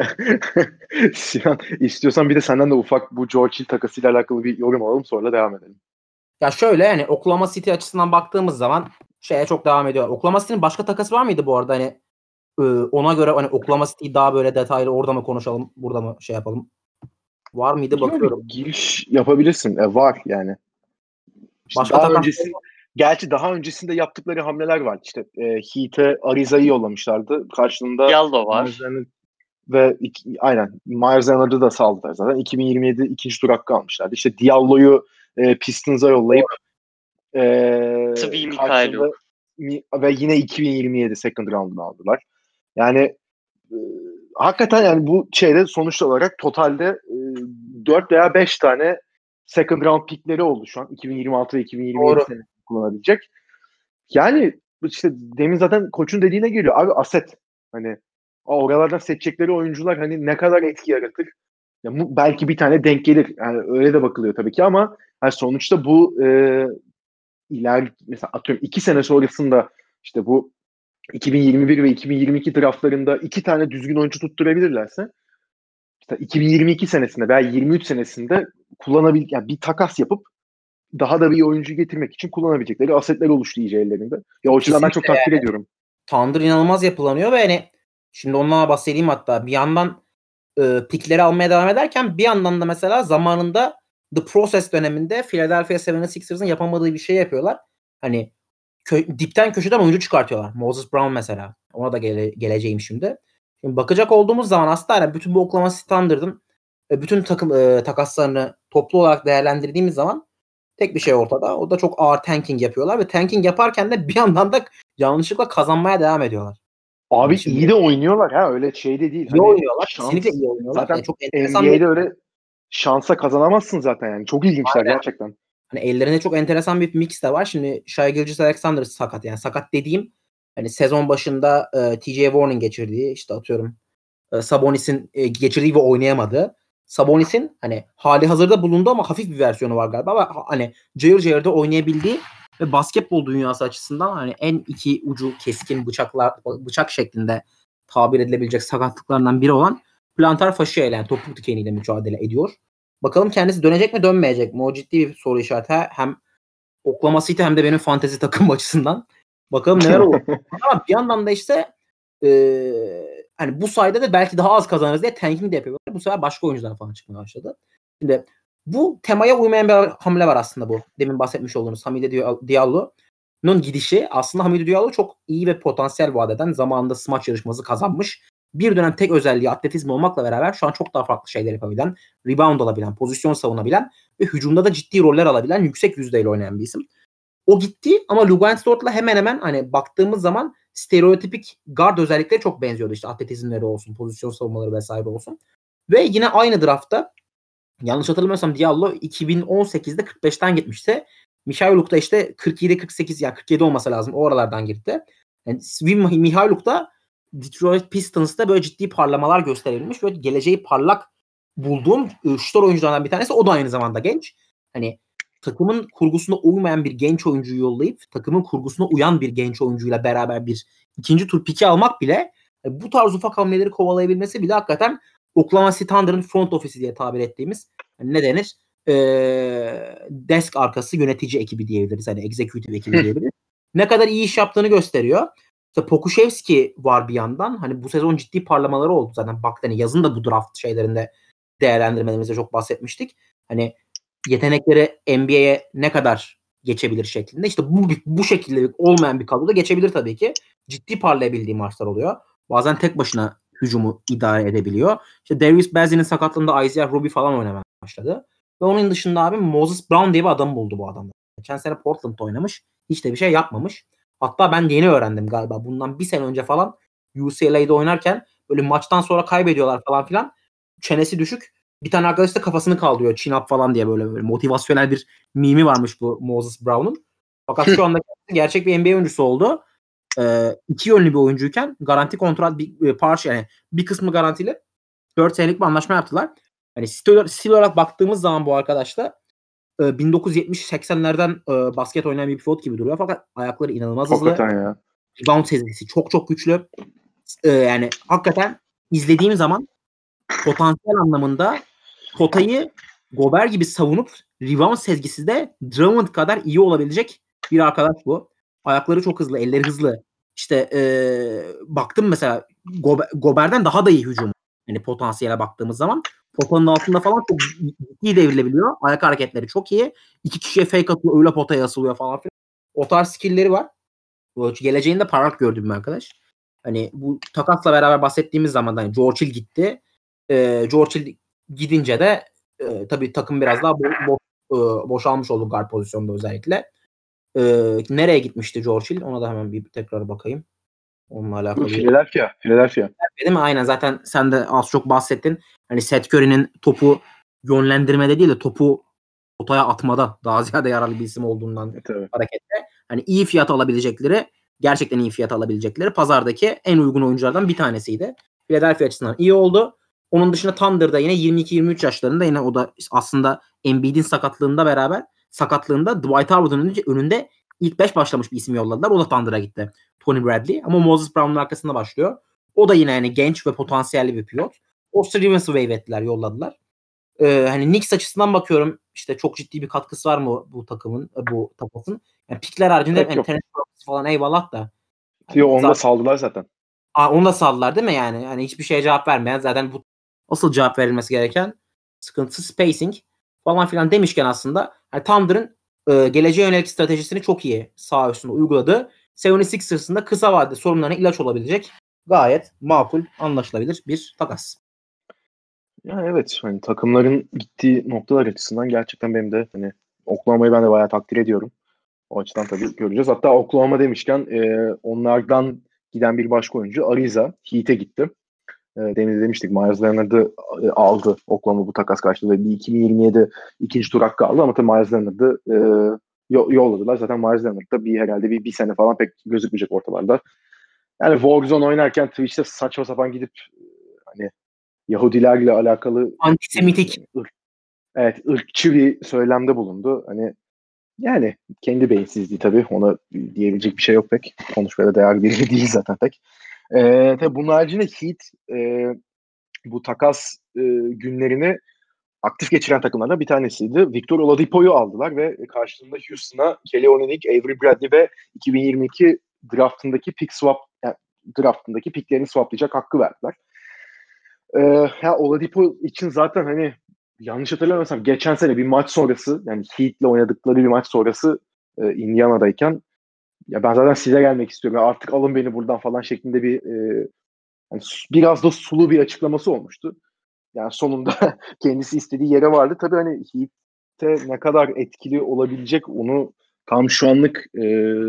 Speaker 1: Sinan, istiyorsan bir de senden de ufak bu George Hill takasıyla alakalı bir yorum alalım sonra devam edelim.
Speaker 2: Ya şöyle yani Oklahoma City açısından baktığımız zaman şeye çok devam ediyor. Oklahoma City'nin başka takası var mıydı bu arada hani ona göre hani Oklahoma City'yi daha böyle detaylı orada mı konuşalım, burada mı şey yapalım? Var mıydı bakıyorum.
Speaker 1: Yani giriş yapabilirsin. E, var yani. İşte
Speaker 2: başka
Speaker 1: daha öncesinde gerçi daha öncesinde yaptıkları hamleler var. İşte e, Heat'e Ariza'yı yollamışlardı. Karşılığında
Speaker 3: Diallo var.
Speaker 1: Ve iki, aynen Myers Leonard'ı da saldılar zaten. iki bin yirmi yedi ikinci tur hakkı almışlardı. İşte Diallo'yu e, Pistons'a yollayıp e, karşılığında ve yine iki bin yirmi yedi second round'unu aldılar. Yani e, hakikaten yani bu şeyde sonuç olarak totalde e, dört veya beş tane second round pickleri oldu şu an. iki bin yirmi altı ve iki bin yirmi yedi senesinde kullanabilecek. Yani işte demin zaten koçun dediğine geliyor. Abi aset. Hani oralardan seçecekleri oyuncular hani ne kadar etki yaratır? Ya, belki bir tane denk gelir. Yani öyle de bakılıyor tabii ki ama yani sonuçta bu e, iler mesela atıyorum iki sene sonrasında işte bu iki bin yirmi bir ve iki bin yirmi iki draftlarında iki tane düzgün oyuncu tutturabilirlerse işte iki bin yirmi iki senesinde veya yirmi üç senesinde kullanabil yani bir takas yapıp daha da bir oyuncu getirmek için kullanabilecekleri asetler oluştu iyice ellerinde. Ya o açıdan ben çok takdir yani. ediyorum.
Speaker 2: Thunder inanılmaz yapılanıyor ve hani şimdi ondan bahsedeyim hatta bir yandan e, pikleri almaya devam ederken bir yandan da mesela zamanında The Process döneminde Philadelphia seventy sixers'ın yapamadığı bir şey yapıyorlar. Hani kö- dipten köşeden oyuncu çıkartıyorlar. Moses Brown mesela. Ona da gele- geleceğim şimdi. Şimdi bakacak olduğumuz zaman aslında bütün bu Oklahoma City Thunder'ın e, bütün takım e, takaslarını toplu olarak değerlendirdiğimiz zaman tek bir şey ortada. O da çok ağır tanking yapıyorlar ve tanking yaparken de bir yandan da yanlışlıkla kazanmaya devam ediyorlar.
Speaker 1: Abi yani şimdi, iyi de oynuyorlar ha öyle şey de değil.
Speaker 2: İyi
Speaker 1: hani
Speaker 2: oynuyorlar.
Speaker 1: Şans,
Speaker 2: kesinlikle iyi oynuyorlar.
Speaker 1: Zaten
Speaker 2: yani çok
Speaker 1: N B A'de öyle şansa kazanamazsın zaten yani. Çok ilginçler Aynen. gerçekten.
Speaker 2: Hani ellerinde çok enteresan bir mix de var. Şimdi Shai Gilgeous-Alexander sakat yani. Sakat dediğim hani sezon başında e, T J Warren geçirdiği işte atıyorum e, Sabonis'in e, geçirdiği ve oynayamadığı. Sabonis'in hani hali hazırda bulunduğu ama hafif bir versiyonu var galiba. Ama hani cayır cayırda oynayabildiği ve basketbol dünyası açısından hani en iki ucu keskin bıçaklar bıçak şeklinde tabir edilebilecek sakatlıklarından biri olan plantar fascia ile yani topuk dikeniyle mücadele ediyor. Bakalım kendisi dönecek mi dönmeyecek mi? O ciddi bir soru işareti. Hem Oklahoma City hem de benim fantezi takım açısından. Bakalım neler olur. Ama bir yandan da işte ee, hani bu sayede de belki daha az kazanırız diye tanking de yapıyorlar. Bu sefer başka oyuncular falan çıkmaya başladı. Şimdi bu temaya uymayan bir hamle var aslında bu. Demin bahsetmiş olduğunuz Hamidou Diallo'nun gidişi. Aslında Hamidou Diallo çok iyi ve potansiyel vaat eden, zamanında smaç yarışması kazanmış. Bir dönem tek özelliği atletizm olmakla beraber şu an çok daha farklı şeyler yapabilen, rebound alabilen, pozisyon savunabilen ve hücumda da ciddi roller alabilen, yüksek yüzdeyle oynayan bir isim. O gitti ama Luguentz Dort'la hemen hemen hani baktığımız zaman stereotipik guard özellikleri çok benziyordu. İşte atletizmleri olsun, pozisyon savunmaları vesaire olsun. Ve yine aynı draftta yanlış hatırlamıyorsam Diallo iki bin on sekizde kırk beşten gitmişti. Mihailuk da işte kırk yedi kırk sekiz yani kırk yedi olması lazım. O aralardan gitti. Yani Mihailuk da Detroit Pistons'ta böyle ciddi parlamalar gösterilmiş ve geleceği parlak bulduğum şutör oyunculardan bir tanesi. O da aynı zamanda genç. Hani takımın kurgusuna uymayan bir genç oyuncuyu yollayıp takımın kurgusuna uyan bir genç oyuncuyla beraber bir ikinci tur piki almak bile, bu tarz ufak hamleleri kovalayabilmesi bile hakikaten Oklahoma City Thunder'ın front ofisi diye tabir ettiğimiz, hani ne denir? Ee, desk arkası yönetici ekibi diyebiliriz. Hani executive ekibi diyebiliriz. Ne kadar iyi iş yaptığını gösteriyor. İşte Pokusevski var bir yandan. Hani bu sezon ciddi parlamaları oldu zaten. Bak hani yazın da bu draft şeylerinde değerlendirmelerimizde çok bahsetmiştik. Hani yetenekleri N B A'ye ne kadar geçebilir şeklinde. İşte bu bu şekilde olmayan bir kadroda geçebilir tabii ki. Ciddi parlayabildiği maçlar oluyor. Bazen tek başına hücumu idare edebiliyor. İşte Darius Bazley'nin sakatlığında Isaiah Roby falan oynamaya başladı. Ve onun dışında abi Moses Brown diye bir adam buldu bu adamlar. Geçen sene Portland'da oynamış. Hiç de bir şey yapmamış. Hatta ben yeni öğrendim galiba. Bundan bir sene önce falan U C L A'de oynarken böyle maçtan sonra kaybediyorlar falan filan. Çenesi düşük. Bir tane arkadaş da kafasını kaldırıyor. Chin up falan diye böyle, böyle motivasyonel bir mimi varmış bu Moses Brown'un. Fakat şu anda gerçek bir N B A oyuncusu oldu. Ee, iki yönlü bir oyuncuyken garanti kontrat bir parça yani bir kısmı garantili dört senelik bir anlaşma yaptılar. Hani stil, stil olarak baktığımız zaman bu arkadaşla e, bin dokuz yüz yetmiş seksenlerden e, basket oynayan bir pivot gibi duruyor fakat ayakları inanılmaz hızlı.
Speaker 1: Hakikaten ya.
Speaker 2: Rebound sezgisi çok çok güçlü. E, yani hakikaten izlediğim zaman potansiyel anlamında potayı Gobert gibi savunup rebound sezgisi de Drummond kadar iyi olabilecek bir arkadaş bu. Ayakları çok hızlı, elleri hızlı. İşte ee, baktım mesela Gober, Gobert'den daha da iyi hücum. Yani potansiyele baktığımız zaman potanın altında falan çok iyi devrilebiliyor. Ayak hareketleri çok iyi. İki kişiye fake atıyor, öyle potaya asılıyor falan filan. O tarz skill'leri var. Geleceğinde parlak gördüm bir arkadaş. Hani bu takasla beraber bahsettiğimiz zaman hani George Hill gitti. Ee, George Hill gidince de e, tabii takım biraz daha bo- bo- e, boşalmış oldu guard pozisyonda özellikle. E, nereye gitmişti George Hill? Ona da hemen bir tekrar bakayım. Onunla alakalı.
Speaker 1: Philadelphia. Philadelphia.
Speaker 2: Değil mi? Aynen. Zaten sen de az çok bahsettin. Hani Seth Curry'nin topu yönlendirmede değil de topu potaya atmada daha ziyade yararlı bir isim olduğundan
Speaker 1: evet.
Speaker 2: hareketle. Hani iyi fiyat alabilecekleri, gerçekten iyi fiyat alabilecekleri pazardaki en uygun oyunculardan bir tanesiydi. Philadelphia açısından iyi oldu. Onun dışında Thunder'da yine yirmi iki yirmi üç yaşlarında, yine o da aslında Embiid'in sakatlığında beraber sakatlığında Dwight Howard'ın önünde ilk beş başlamış bir isim yolladılar. O da Thunder'a gitti. Tony Bradley. Ama Moses Brown'un arkasında başlıyor. O da yine yani genç ve potansiyelli bir pivot. Austin Reeves'ı wave ettiler, yolladılar. Ee, hani Knicks açısından bakıyorum, işte çok ciddi bir katkısı var mı bu takımın, bu takasın? Yani pikler haricinde yani tenis falan eyvallah da.
Speaker 1: Yani Yo, onu zaten, da saldılar zaten.
Speaker 2: Aa, onu da saldılar değil mi yani? Yani hiçbir şeye cevap vermeyen, zaten bu asıl cevap verilmesi gereken sıkıntısı spacing falan filan demişken aslında yani Thunder'ın e, geleceğe yönelik stratejisini çok iyi sağ üstünde uyguladı. yetmiş altı ers'ında kısa vadede sorunlarına ilaç olabilecek gayet makul, anlaşılabilir bir takas.
Speaker 1: Yani evet, hani takımların gittiği noktalar açısından gerçekten benim de hani Oklahoma'yı ben de bayağı takdir ediyorum. O açıdan tabii göreceğiz. Hatta Oklahoma demişken e, onlardan giden bir başka oyuncu Ariza Heat'e gitti. E, demin de demiştik, Myers Leonard'ı e, aldı Oklahoma bu takas karşılığında. Bir iki bin yirmi yedi ikinci tur hakkı aldı ama tabii Myers Leonard'ı e, yolladılar. Zaten Myers Leonard da bir, herhalde bir, bir sene falan pek gözükmeyecek ortalarda. Yani Warzone oynarken Twitch'te saçma sapan gidip hani Yahudilerle alakalı
Speaker 2: antisemitik,
Speaker 1: ırk, evet, ırkçı bir söylemde bulundu. Hani yani kendi beyinsizliği tabii. Ona diyebilecek bir şey yok pek. Konuşmaya da değer biri değil zaten pek. Ee, tabii bunun haricinde Heat e, bu takas e, günlerini aktif geçiren takımlardan bir tanesiydi. Victor Oladipo'yu aldılar ve karşılığında Houston'a Kelly Olynyk, Avery Bradley ve iki bin yirmi iki draftındaki pick swap yani draftındaki picklerini swaplayacak hakkı verdiler. Ee, ya Oladipo için zaten hani yanlış hatırlamıyorsam geçen sene bir maç sonrası yani Heat'le oynadıkları bir maç sonrası e, Indiana'dayken ya ben zaten size gelmek istiyorum. Ya artık alın beni buradan falan şeklinde bir e, yani biraz da sulu bir açıklaması olmuştu. Yani sonunda kendisi istediği yere vardı. Tabii hani Heat'te ne kadar etkili olabilecek onu tam şu anlık e,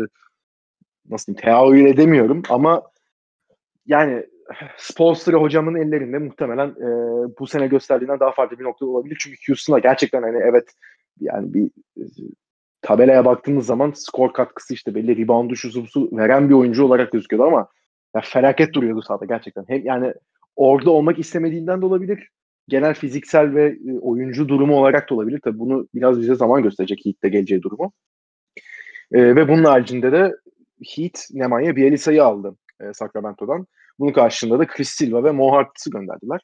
Speaker 1: nasıl diyeyim teoril edemiyorum ama yani Spoelstra hocamın ellerinde muhtemelen e, bu sene gösterdiğinden daha farklı bir nokta olabilir. Çünkü Houston'a gerçekten hani evet yani bir e, tabelaya baktığımız zaman skor katkısı işte belli reboundu şusu busu veren bir oyuncu olarak gözüküyordu ama ya felaket duruyordu sahada gerçekten. Hem yani orada olmak istemediğinden de olabilir. Genel fiziksel ve e, oyuncu durumu olarak da olabilir. Tabii bunu biraz bize zaman gösterecek Heat'te geleceği durumu. E, ve bunun haricinde de Heat Nemanja Bjeliça'yı aldı e, Sacramento'dan. Bunun karşılığında da Chris Silva ve Mo Harkless'ı gönderdiler.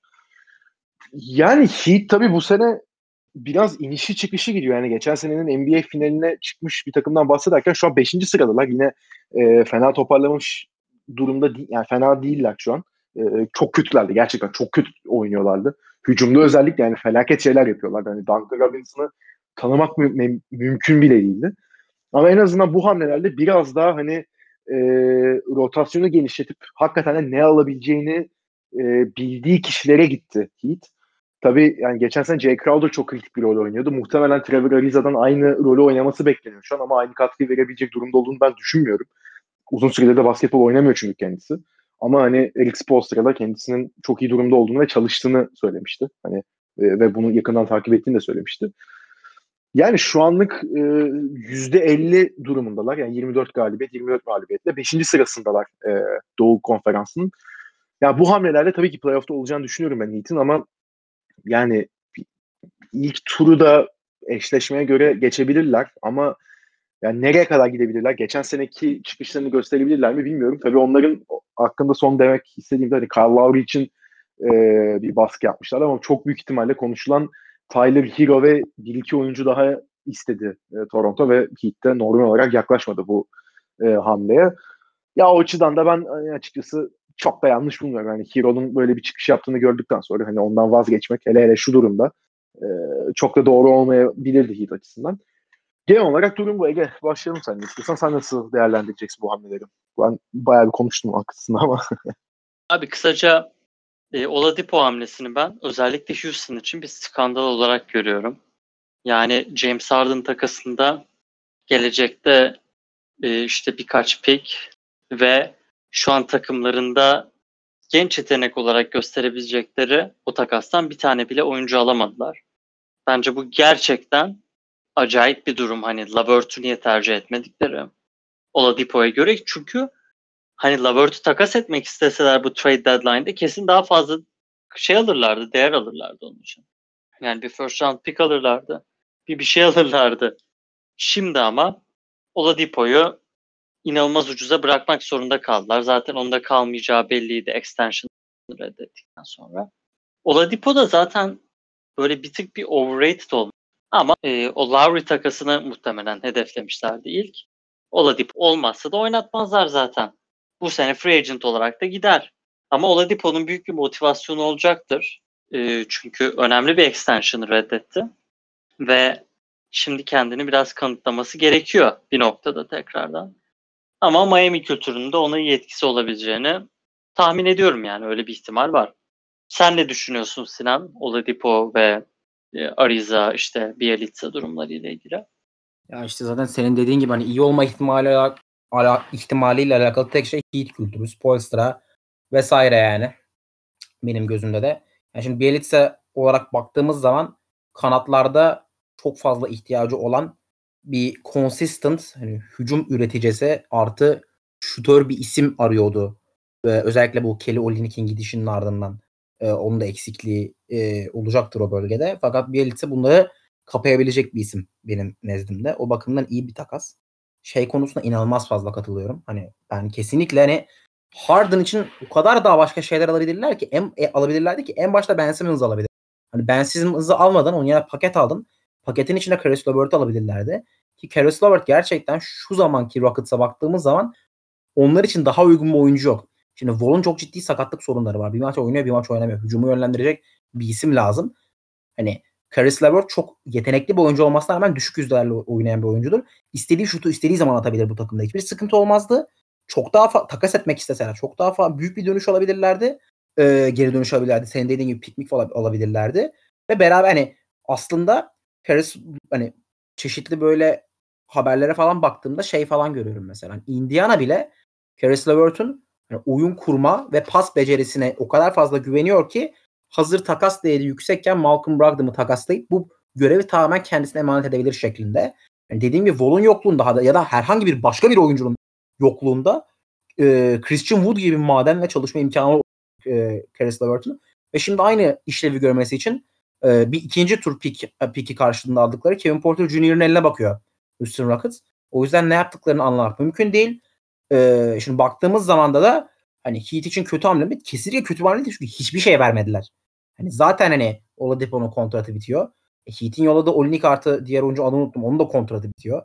Speaker 1: Yani Heat tabii bu sene biraz inişi çıkışı gidiyor. Yani geçen senenin N B A finaline çıkmış bir takımdan bahsederken şu an beşinci sıradalar. Yine e, fena toparlamış durumda değil. Yani fena değiller şu an. E, çok kötülerdi. Gerçekten çok kötü oynuyorlardı. Hücumda özellikle yani felaket şeyler yapıyorlardı. Yani Duncan Robinson'ı tanımak mü- mü- mümkün bile değildi. Ama en azından bu hamlelerde biraz daha hani e, rotasyonu genişletip hakikaten de ne alabileceğini e, bildiği kişilere gitti Heat. Tabii yani geçen sene Jay Crowder çok kritik bir rol oynuyordu. Muhtemelen Trevor Ariza'dan aynı rolü oynaması bekleniyor şu an ama aynı katkıyı verebilecek durumda olduğunu ben düşünmüyorum. Uzun süredir de basketbol oynamıyor çünkü kendisi. Ama hani Eric Spoelstra da kendisinin çok iyi durumda olduğunu ve çalıştığını söylemişti. Hani e, ve bunu yakından takip ettiğini de söylemişti. Yani şu anlık e, yüzde elli durumundalar. Yani yirmi dört galibiyet, yirmi dört mağlubiyetle beşinci sırasındalar e, Doğu Konferansı'nın. Ya bu hamlelerle tabii ki playoff'ta olacağını düşünüyorum ben Heat'in ama yani ilk turu da eşleşmeye göre geçebilirler ama yani nereye kadar gidebilirler? Geçen seneki çıkışlarını gösterebilirler mi bilmiyorum. Tabii onların hakkında son demek istediğimde hani Kyle Lowry için e, bir baskı yapmışlar ama çok büyük ihtimalle konuşulan Tyler Hero ve bir iki oyuncu daha istedi e, Toronto ve Heat'te normal olarak yaklaşmadı bu e, hamleye. Ya o açıdan da ben e, açıkçası çok da yanlış bulmuyorum. Yani Hero'nun böyle bir çıkış yaptığını gördükten sonra hani ondan vazgeçmek hele hele şu durumda e, çok da doğru olmayabilirdi Heat açısından. Genel olarak durum bu. Ege başlayalım sen de istiyorsan. Sen nasıl değerlendireceksin bu hamleleri? Ben bayağı bir konuştum aslında ama.
Speaker 3: Abi kısaca e, Oladipo hamlesini ben özellikle Houston için bir skandal olarak görüyorum. Yani James Harden takasında gelecekte e, işte birkaç pick ve şu an takımlarında genç yetenek olarak gösterebilecekleri o takastan bir tane bile oyuncu alamadılar. Bence bu gerçekten acayip bir durum. Hani Lavert'ü niye tercih etmedikleri Oladipo'ya göre. Çünkü hani Lavert'ü takas etmek isteseler bu trade deadline'da kesin daha fazla şey alırlardı, değer alırlardı onun için. Yani bir first round pick alırlardı. Bir bir şey alırlardı. Şimdi ama Oladipo'yu inanılmaz ucuza bırakmak zorunda kaldılar. Zaten onda kalmayacağı belliydi extension'ı reddettikten sonra. Oladipo da zaten böyle bir tık bir overrated olmuş. Ama e, o Lowry takasını muhtemelen hedeflemişlerdi ilk. Oladipo olmazsa da oynatmazlar zaten. Bu sene free agent olarak da gider. Ama Oladipo'nun büyük bir motivasyonu olacaktır. E, çünkü önemli bir extension'ı reddetti. Ve şimdi kendini biraz kanıtlaması gerekiyor bir noktada tekrardan. Ama Miami kültüründe ona iyi etkisi olabileceğini tahmin ediyorum yani öyle bir ihtimal var. Sen ne düşünüyorsun Sinan? Oladipo ve e, Ariza işte Bjelica durumlarıyla ilgili.
Speaker 2: Ya işte zaten senin dediğin gibi hani iyi olma ihtimali ala, ihtimaliyle alakalı tek şey Heat kültürü, Spoelstra vesaire yani. Benim gözümde de. Yani şimdi Bjelica olarak baktığımız zaman kanatlarda çok fazla ihtiyacı olan bir consistent hani hücum üreticisi artı şutör bir isim arıyordu. Ve özellikle bu Kelly Olynyk'in gidişinin ardından e, onun da eksikliği e, olacaktır o bölgede. Fakat Bjelica bunları kapayabilecek bir isim benim nezdimde. O bakımdan iyi bir takas. Şey konusunda inanılmaz fazla katılıyorum. Hani ben kesinlikle hani Harden için o kadar daha başka şeyler alabilirler ki en, e, alabilirlerdi ki en başta Ben Simmons'ı alabilir. Hani Ben Simmons'ı almadan onun yerine paket aldın. Paketin içine Caris LeVert'ı alabilirlerdi. Ki Caris LeVert gerçekten şu zamanki Rockets'a baktığımız zaman onlar için daha uygun bir oyuncu yok. Şimdi Wall'un çok ciddi sakatlık sorunları var. Bir maç oynuyor, bir maç oynamıyor. Hücumu yönlendirecek bir isim lazım. Hani Caris LeVert çok yetenekli bir oyuncu olmasına rağmen düşük yüzdelerle oynayan bir oyuncudur. İstediği şutu istediği zaman atabilir bu takımda. Hiçbir sıkıntı olmazdı. Çok daha fa- takas etmek isteseler çok daha fa- büyük bir dönüş alabilirlerdi. Ee, geri dönüş alabilirlerdi. Senin dediğin gibi piknik falan alabilirlerdi. Ve beraber hani aslında Caris hani çeşitli böyle haberlere falan baktığımda şey falan görüyorum mesela. Hani Indiana bile Caris LeVert'ün yani oyun kurma ve pas becerisine o kadar fazla güveniyor ki hazır takas değeri yüksekken Malcolm Brogdon'u takaslayıp bu görevi tamamen kendisine emanet edebilir şeklinde. Yani dediğim gibi Wall'un yokluğunda ya da herhangi bir başka bir oyuncunun yokluğunda e, Christian Wood gibi bir madenle çalışma imkanı e, Caris LeVert'ün. Ve şimdi aynı işlevi görmesi için e, bir ikinci tur pick, pick'i karşılığında aldıkları Kevin Porter Junior'ın eline bakıyor Houston Rockets. O yüzden ne yaptıklarını anlamak mümkün değil. E, şimdi baktığımız zaman da hani Heat için kötü hamle mi? Kesinlikle kötü hamle değil çünkü hiçbir şey vermediler. Hani zaten hani Oladipo'nun kontratı bitiyor. E, Heat'in yolladığı Olinik artı diğer oyuncu adını unuttum. Onun da kontratı bitiyor.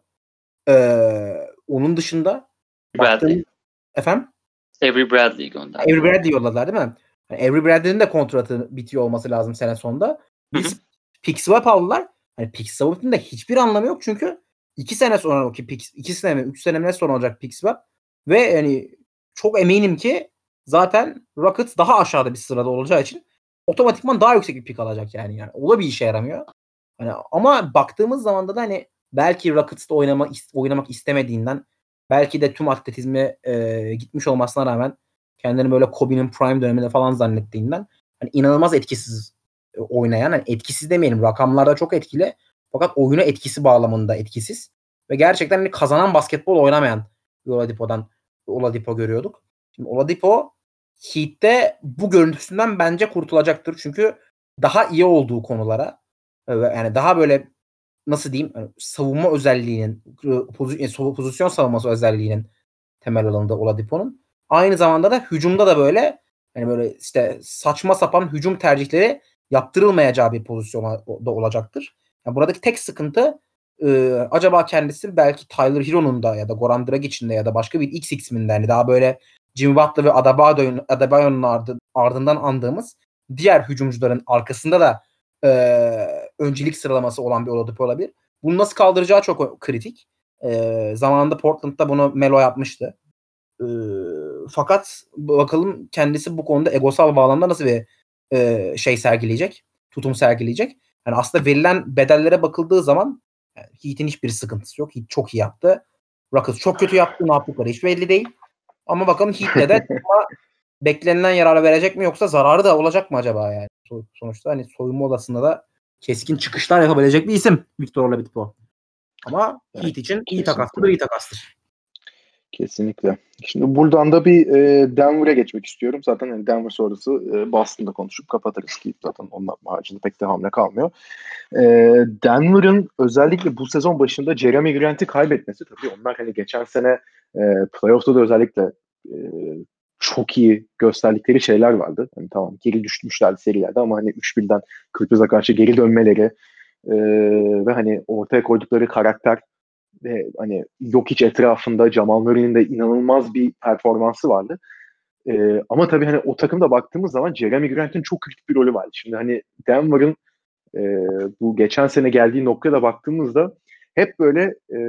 Speaker 2: Ee, onun dışında
Speaker 3: Bradley.
Speaker 2: baktığım efendim
Speaker 3: Avery Bradley'i gönderdi.
Speaker 2: Avery Bradley yolladılar değil mi? Yani Avery Bradley'nin de kontratı bitiyor olması lazım sene sonunda. Biz pick swap aldılar. Hani pick swap'ın da hiçbir anlamı yok çünkü iki sene sonra ki pick, iki sene mi üç sene mi ne sonra olacak pick swap ve yani çok eminim ki zaten Rockets daha aşağıda bir sırada olacağı için otomatikman daha yüksek bir pick alacak yani. Yani o da bir işe yaramıyor. Hani ama baktığımız zaman da hani belki Rockets'ta oynama, oynamak istemediğinden belki de tüm atletizmi e, gitmiş olmasına rağmen kendini böyle Kobe'nin prime döneminde falan zannettiğinden hani inanılmaz etkisiz e, oynayan, hani etkisiz demeyelim, rakamlarda çok etkili fakat oyuna etkisi bağlamında etkisiz ve gerçekten hani kazanan basketbol oynamayan bir Oladipo'dan Oladipo görüyorduk. Şimdi Oladipo Heat'te bu görüntüsünden bence kurtulacaktır çünkü daha iyi olduğu konulara yani daha böyle nasıl diyeyim yani savunma özelliğinin pozisyon, pozisyon savunması özelliğinin temel alanında Oladipo'nun. Aynı zamanda da hücumda da böyle yani böyle işte saçma sapan hücum tercihleri yaptırılmayacağı bir pozisyonda olacaktır. Yani buradaki tek sıkıntı e, acaba kendisi belki Tyler Hero'nun da ya da Goran Dragic'in de ya da başka bir X isminde yani daha böyle Jimmy Butler ve Adebayo'nun Adebayo'nun ardı, ardından andığımız diğer hücumcuların arkasında da e, öncelik sıralaması olan bir Oladipo olabilir. Bunu nasıl kaldıracağı çok kritik. E, zamanında Portland'da bunu Melo yapmıştı. E, fakat bakalım kendisi bu konuda egosal bağlamda nasıl bir e, şey sergileyecek, tutum sergileyecek. Yani aslında verilen bedellere bakıldığı zaman yani Heat'in hiçbir sıkıntısı yok. Heat çok iyi yaptı. Rockets çok kötü yaptı. Ne yaptıkları hiç belli değil. Ama bakalım Heat'le de beklenilen yararı verecek mi yoksa zararı da olacak mı acaba yani? Sonuçta hani soyunma odasında da keskin çıkışlar yapabilecek bir isim Victor Oladipo. Ama Heat evet, için iyi takaslıdır, iyi takastır.
Speaker 1: Kesinlikle. Şimdi buradan da bir e, Denver'a geçmek istiyorum. Zaten yani Denver sonrası e, Boston'da konuşup kapatırız ki zaten onun haricinde pek de hamle kalmıyor. E, Denver'ın özellikle bu sezon başında Jeremy Grant'i kaybetmesi tabii onlar hani geçen sene e, playoff'ta da özellikle e, çok iyi gösterdikleri şeyler vardı. Hani tamam geri düşmüşlerdi serilerde ama hani üç birden Clippers'a karşı geri dönmeleri e, ve hani ortaya koydukları karakter ve hani Jokic etrafında Jamal Murray'nin de inanılmaz bir performansı vardı. Ee, ama tabii hani o takımda baktığımız zaman Jeremy Grant'in çok kritik bir rolü vardı. Şimdi hani Denver'ın e, bu geçen sene geldiği noktaya da baktığımızda hep böyle e,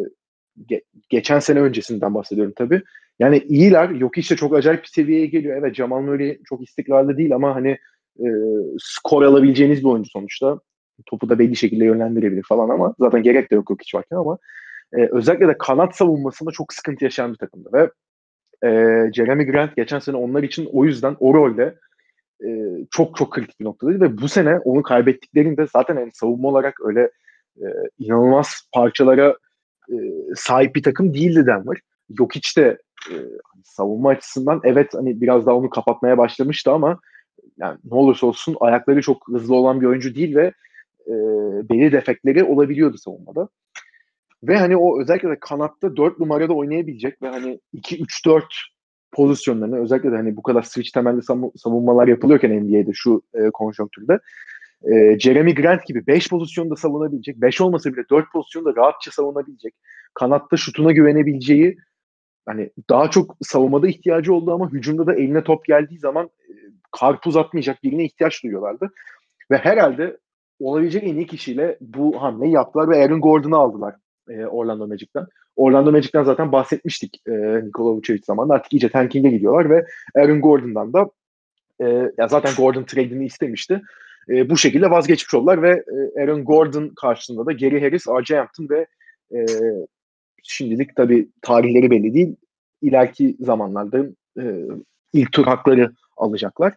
Speaker 1: ge- geçen sene öncesinden bahsediyorum tabii. Yani iyiler. Jokic de çok acayip bir seviyeye geliyor. Evet Jamal Murray çok istikrarlı değil ama hani e, skor alabileceğiniz bir oyuncu sonuçta. Topu da belli şekilde yönlendirebilir falan ama zaten gerek de yok Jokic varken ama Ee, özellikle de kanat savunmasında çok sıkıntı yaşayan bir takımdı ve e, Jeremy Grant geçen sene onlar için o yüzden o rolde e, çok çok kritik bir noktadaydı ve bu sene onu kaybettiklerinde zaten yani savunma olarak öyle e, inanılmaz parçalara e, sahip bir takım değildi Denver. Jokic de e, savunma açısından evet hani biraz daha onu kapatmaya başlamıştı ama yani ne olursa olsun ayakları çok hızlı olan bir oyuncu değil ve e, belli defekleri olabiliyordu savunmada. Ve hani o özellikle de kanatta dört numarada oynayabilecek ve hani iki üç dört pozisyonlarını, özellikle de hani bu kadar switch temelli savunmalar yapılıyorken N B A'de şu e, konjonktürde e, Jeremy Grant gibi beş pozisyonda savunabilecek, beş olmasa bile dört pozisyonda rahatça savunabilecek, kanatta şutuna güvenebileceği, hani daha çok savunmada ihtiyacı oldu ama hücumda da eline top geldiği zaman e, karpuz atmayacak birine ihtiyaç duyuyorlardı. Ve herhalde olabilecek en iyi kişiyle bu hamleyi yaptılar ve Aaron Gordon'u aldılar e, Orlando Magic'ten. Orlando Magic'ten zaten bahsetmiştik e, Nikola Vucevic zamanında. Artık iyice tanking'e gidiyorlar ve Aaron Gordon'dan da e, ya zaten Gordon trade'ini istemişti. E, bu şekilde vazgeçmiş oldular ve e, Aaron Gordon karşısında da Gary Harris, R J Hampton ve e, şimdilik tabii tarihleri belli değil. İleriki zamanlarda e, ilk tur hakları alacaklar.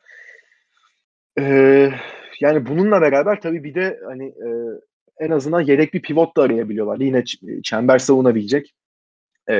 Speaker 1: Eee Yani bununla beraber tabii bir de hani e, en azından yedek bir pivot da arayabiliyorlar. Yine ç- çember savunabilecek, e,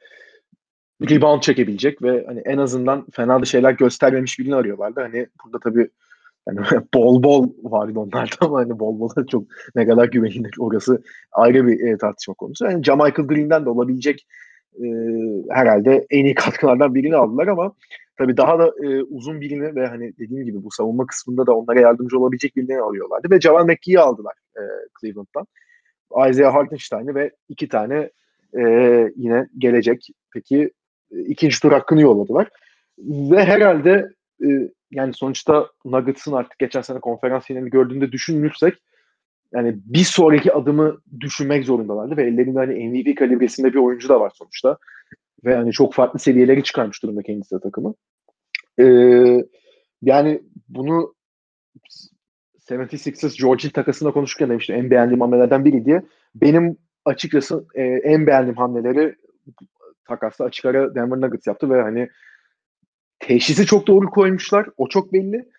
Speaker 1: rebound çekebilecek ve hani en azından fena da şeyler göstermemiş birini arıyorlardı. Hani burada tabii yani bol bol vardı onlarda ama hani bol bol da çok ne kadar güvenilir orası ayrı bir e, tartışma konusu. Yani Jamichael Green'den de olabilecek e, herhalde en iyi katkılardan birini aldılar ama tabii daha da e, uzun birini ve hani dediğim gibi bu savunma kısmında da onlara yardımcı olabilecek birini alıyorlardı ve Javan McGee'yi aldılar e, Cleveland'dan. Isaiah Hartenstein'i ve iki tane e, yine gelecek peki e, ikinci tur hakkını yolladılar. Ve herhalde e, yani sonuçta Nuggets'ın artık geçen sene konferans finalini gördüğünde düşünürsek yani bir sonraki adımı düşünmek zorundalardı ve ellerinde hani M V P kalibresinde bir oyuncu da var sonuçta. Ve hani çok farklı seviyeleri çıkarmış durumda kendisi de takımı. Ee, yani bunu yetmiş altılar George Hill takasında konuşurken demiştim en beğendiğim hamlelerden biri diye. Benim açıkçası e, en beğendiğim hamleleri takasla açık ara Denver Nuggets yaptı ve hani teşhisi çok doğru koymuşlar. O çok belli.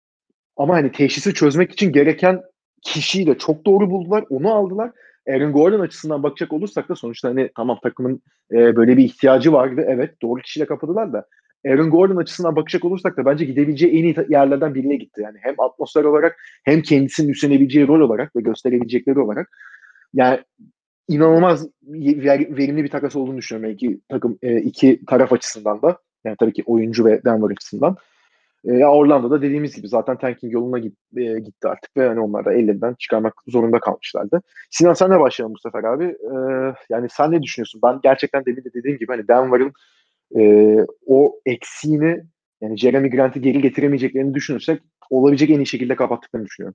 Speaker 1: Ama hani teşhisi çözmek için gereken kişiyi de çok doğru buldular. Onu aldılar. Aaron Gordon açısından bakacak olursak da sonuçta hani tamam takımın e, böyle bir ihtiyacı vardı. Evet doğru kişiyle kapadılar da Aaron Gordon açısından bakacak olursak da bence gidebileceği en iyi yerlerden birine gitti. Yani hem atmosfer olarak hem kendisinin üstlenebileceği rol olarak ve gösterebilecekleri olarak yani inanılmaz verimli bir takas olduğunu düşünüyorum. İki takım, iki taraf açısından da. Yani tabii ki oyuncu ve Denver açısından. E, Orlando'da dediğimiz gibi zaten tanking yoluna git, e, gitti artık ve hani onlar da ellerinden çıkarmak zorunda kalmışlardı. Sinan senle başlayalım bu sefer abi. E, yani sen ne düşünüyorsun? Ben gerçekten demin de dediğim gibi hani Denver'ın e, o eksiğini yani Jeremy Grant'ı geri getiremeyeceklerini düşünürsek olabilecek en iyi şekilde kapattıklarını düşünüyorum.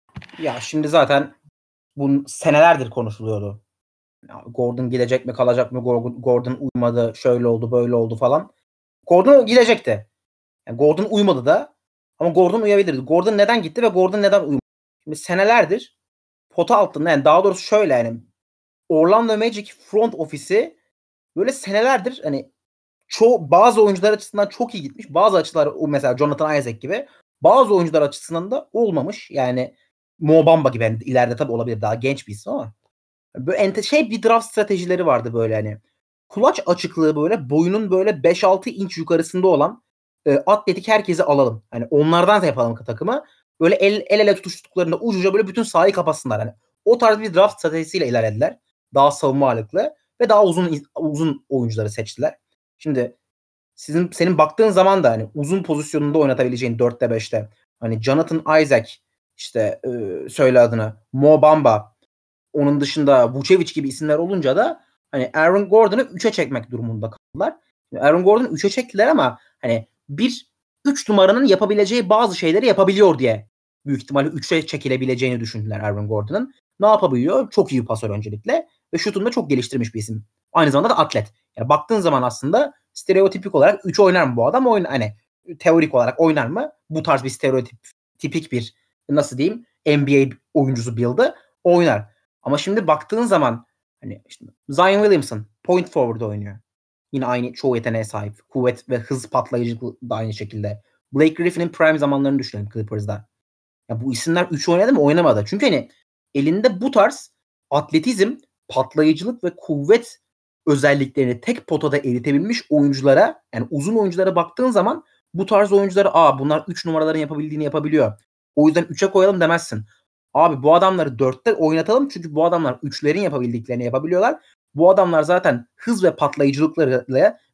Speaker 2: Ya şimdi zaten bu senelerdir konuşuluyordu. Ya Gordon gidecek mi kalacak mı? Gordon uymadı, şöyle oldu, böyle oldu falan. Gordon gidecekti. Yani Gordon uymadı da ama Gordon uyabilirdi. Gordon neden gitti ve Gordon neden uymadı? Şimdi senelerdir pota altında yani daha doğrusu şöyle yani Orlando Magic front ofisi böyle senelerdir hani çoğu bazı oyuncular açısından çok iyi gitmiş. Bazı açılar o mesela Jonathan Isaac gibi. Bazı oyuncular açısından da olmamış. Yani Mo Bamba gibi yani ileride tabii olabilir daha genç bir isim ama böyle ente şey bir draft stratejileri vardı böyle hani. Kulaç açıklığı böyle boyunun böyle beş altı inç yukarısında olan e, atletik herkesi alalım. Hani onlardan da yapalım takımı. Böyle el, el ele tutuştuklarında ucuca böyle bütün sahayı kapatsınlar. Hani o tarz bir draft stratejisiyle ilerlediler. Daha savunma ağırlıklı ve daha uzun uzun oyuncuları seçtiler. Şimdi sizin senin baktığın zaman da hani uzun pozisyonunda oynatabileceğin dörtte beşte hani Jonathan Isaac işte e, söyle adını Mo Bamba onun dışında Vucevic gibi isimler olunca da hani Aaron Gordon'u üçe çekmek durumunda kaldılar. Aaron Gordon'u üçe çektiler ama hani bir üç numaranın yapabileceği bazı şeyleri yapabiliyor diye büyük ihtimalle üçe çekilebileceğini düşündüler Aaron Gordon'ın. Ne yapabiliyor? Çok iyi bir pasör öncelikle ve şutunu da çok geliştirmiş bir isim. Aynı zamanda da atlet. Yani baktığın zaman aslında stereotipik olarak üç oynar mı bu adam? Oynar, hani teorik olarak oynar mı? Bu tarz bir stereotip tipik bir nasıl diyeyim N B A oyuncusu build'ı oynar. Ama şimdi baktığın zaman hani işte Zion Williamson point forward oynuyor. Yine aynı çoğu yeteneğe sahip. Kuvvet ve hız patlayıcılığı da aynı şekilde. Blake Griffin'in prime zamanlarını düşünelim Clippers'da. Ya bu isimler üç oynadı mı? Oynamadı. Çünkü hani elinde bu tarz atletizm, patlayıcılık ve kuvvet özelliklerini tek potada eritebilmiş oyunculara yani uzun oyunculara baktığın zaman bu tarz oyunculara aa bunlar üç numaraların yapabildiğini yapabiliyor. O yüzden üçe koyalım demezsin. Abi bu adamları dörtte oynatalım çünkü bu adamlar üçlerin yapabildiklerini yapabiliyorlar. Bu adamlar zaten hız ve patlayıcılıklarıyla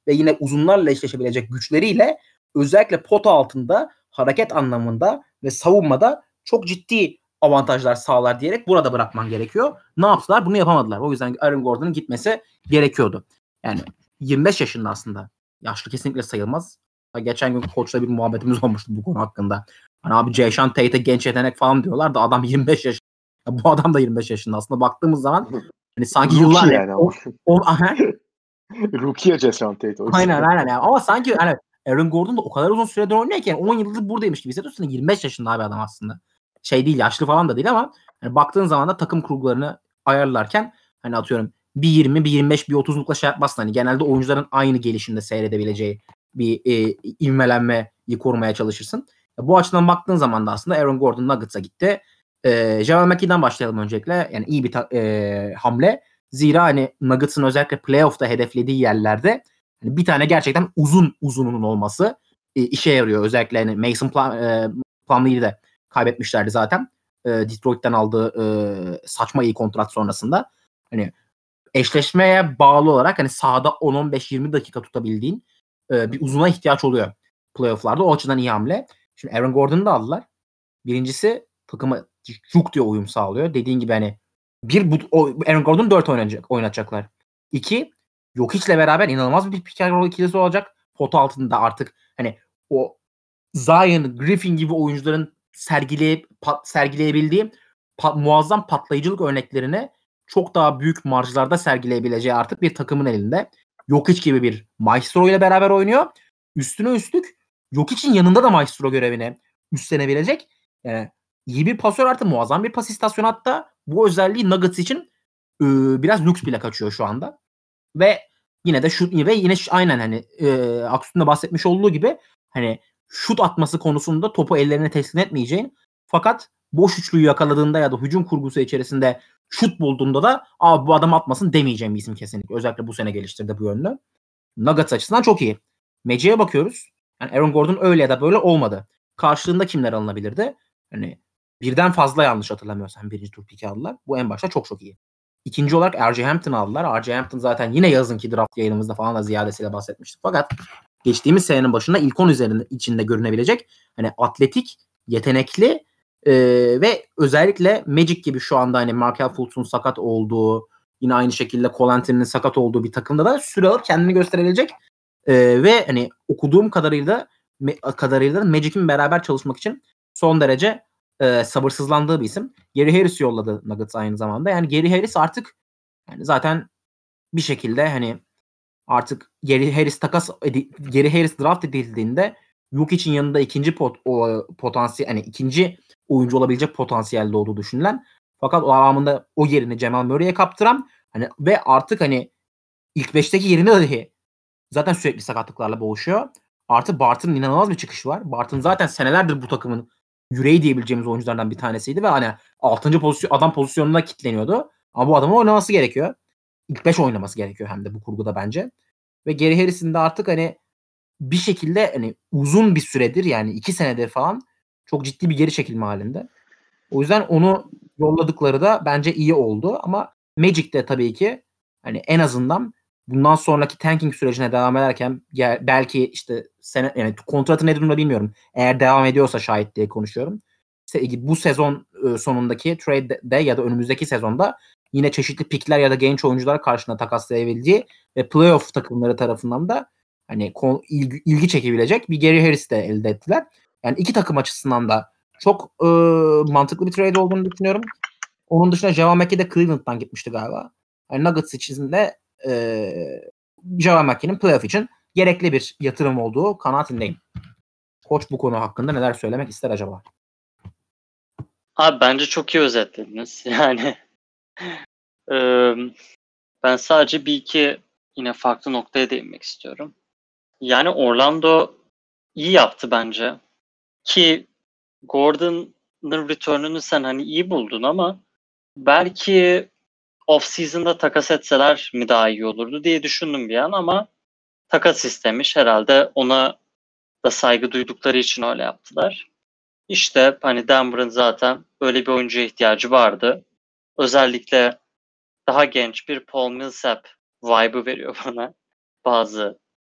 Speaker 2: ve yine uzunlarla eşleşebilecek güçleriyle özellikle pota altında hareket anlamında ve savunmada çok ciddi avantajlar sağlar diyerek burada bırakman gerekiyor. Ne yaptılar? Bunu yapamadılar. O yüzden Aaron Gordon'un gitmesi gerekiyordu. Yani yirmi beş yaşında aslında. Yaşlı kesinlikle sayılmaz. Geçen gün koçla bir muhabbetimiz olmuştu bu konu hakkında. Hani abi Jason Tate'e genç yetenek falan diyorlar da adam yirmi beş yaşında. Ya bu adam da yirmi beş yaşında aslında baktığımız zaman hani sanki
Speaker 1: Rookie
Speaker 2: yıllar
Speaker 1: yani
Speaker 2: o, o,
Speaker 1: Rookie'ye Jason Tate.
Speaker 2: Aynen aynen yani. Ama sanki hani Aaron Gordon da o kadar uzun süredir oynuyorken on yıldır buradaymış gibi hissediyorsun. yirmi beş yaşında abi adam aslında. Şey değil, yaşlı falan da değil ama hani baktığın zaman da takım kurgularını ayarlarken hani atıyorum bir yirmi, bir yirmi beş, bir otuzlukla şey yapmazsın. Hani genelde oyuncuların aynı gelişimde seyredebileceği bir e, ivmelenmeyi korumaya çalışırsın. Bu açıdan baktığın zaman da aslında Aaron Gordon Nuggets'a gitti. E, Javel McGee'den başlayalım öncelikle. Yani iyi bir ta- e, hamle. Zira hani Nuggets'ın özellikle playoff'ta hedeflediği yerlerde hani bir tane gerçekten uzun uzununun olması e, işe yarıyor. Özellikle hani Mason Plum, e, Plumlee'yi de kaybetmişlerdi zaten. E, Detroit'ten aldığı e, saçma iyi kontrat sonrasında. Hani eşleşmeye bağlı olarak hani sahada on on beş yirmi dakika tutabildiğin e, bir uzuna ihtiyaç oluyor playoff'larda. O açıdan iyi hamle. Şimdi Aaron Gordon'u da aldılar. Birincisi takıma çok diye uyum sağlıyor. Dediğin gibi hani bir bu, o, Aaron Gordon dört oynayacak, oynatacaklar. İki, Jokic'le beraber inanılmaz bir pick and roll ikilisi olacak. Pot altında artık hani o Zion, Griffin gibi oyuncuların sergileye, pat, sergileyebildiği pat, muazzam patlayıcılık örneklerini çok daha büyük marjlarda sergileyebileceği artık bir takımın elinde. Jokic gibi bir maestro ile beraber oynuyor. Üstüne üstlük Jokic'in yanında da maestro görevini üstlenebilecek. Yani iyi bir pasör artı muazzam bir pas istasyonu, hatta bu özelliği Nuggets için e, biraz lüks bile kaçıyor şu anda. Ve yine de şut ve yine aynen hani e, Aksu'nun da bahsetmiş olduğu gibi hani şut atması konusunda topu ellerine teslim etmeyeceğin, fakat boş üçlüyü yakaladığında ya da hücum kurgusu içerisinde şut bulduğunda da abi bu adam atmasın demeyeceğim bir isim kesinlikle. Özellikle bu sene geliştirdi bu yönlü. Nuggets açısından çok iyi. Magic'e bakıyoruz. Yani Aaron Gordon öyle ya da böyle olmadı. Karşılığında kimler alınabilirdi? Hani birden fazla yanlış hatırlamıyorsam birinci tur piki aldılar. Bu en başta çok çok iyi. İkinci olarak R J Hampton aldılar. R J Hampton zaten yine yazınki draft yayınımızda falan da ziyadesiyle bahsetmiştik. Fakat geçtiğimiz senenin başında ilk on üzerinde içinde görünebilecek hani atletik, yetenekli e, ve özellikle Magic gibi şu anda hani Markelle Fultz'un sakat olduğu, yine aynı şekilde Cole Anthony'nin sakat olduğu bir takımda da süre alıp kendini gösterebilecek e, ve hani okuduğum kadarıyla kadarıyla Magic'in beraber çalışmak için son derece e, sabırsızlandığı bir isim. Gary Harris yolladı Nuggets aynı zamanda. Yani Gary Harris artık yani zaten bir şekilde hani artık Gary Harris takas edi- Gary Harris draft edildiğinde Jokic'in yanında ikinci pot o potansiyel hani ikinci oyuncu olabilecek potansiyelde olduğu düşünülen, fakat o anlamda o yerini Jamal Murray'e kaptıran hani ve artık hani ilk beşteki yerini dahi zaten sürekli sakatlıklarla boğuşuyor. Artı Barton'un inanılmaz bir çıkışı var. Barton zaten senelerdir bu takımın yüreği diyebileceğimiz oyunculardan bir tanesiydi ve hani altıncı pozisyon adam pozisyonuna kilitleniyordu. Ama bu adamın oynaması gerekiyor. İlk beş oynaması gerekiyor hem de bu kurguda bence. Ve Gary Harris'in de artık hani bir şekilde hani uzun bir süredir yani iki senedir falan çok ciddi bir geri çekilme halinde. O yüzden onu yolladıkları da bence iyi oldu ama Magic de tabii ki hani en azından bundan sonraki tanking sürecine devam ederken belki işte sene yani kontratı ne durumda bilmiyorum. Eğer devam ediyorsa şayet diye konuşuyorum. Bu sezon sonundaki trade'de ya da önümüzdeki sezonda yine çeşitli pikler ya da genç oyuncular karşına takaslayabildiği ve playoff takımları tarafından da hani ilgi, ilgi çekebilecek bir Gary Harris de elde ettiler. Yani iki takım açısından da çok e, mantıklı bir trade olduğunu düşünüyorum. Onun dışında Javal McGee de Cleveland'dan gitmişti galiba. Yani Nuggets için de e, Javal McGee'nin playoff için gerekli bir yatırım olduğu kanaatindeyim. Koç bu konu hakkında neler söylemek ister acaba?
Speaker 3: Abi bence çok iyi özetlediniz. Yani e, ben sadece bir iki yine farklı noktaya değinmek istiyorum. Yani Orlando iyi yaptı bence. Ki Gordon'ın return'ünü sen hani iyi buldun ama belki off-season'da takas etseler mi daha iyi olurdu diye düşündüm bir an ama takas istemiş. Herhalde ona da saygı duydukları için öyle yaptılar. İşte hani Denver'ın zaten böyle bir oyuncuya ihtiyacı vardı. Özellikle daha genç bir Paul Millsap vibe'ı veriyor bana bazı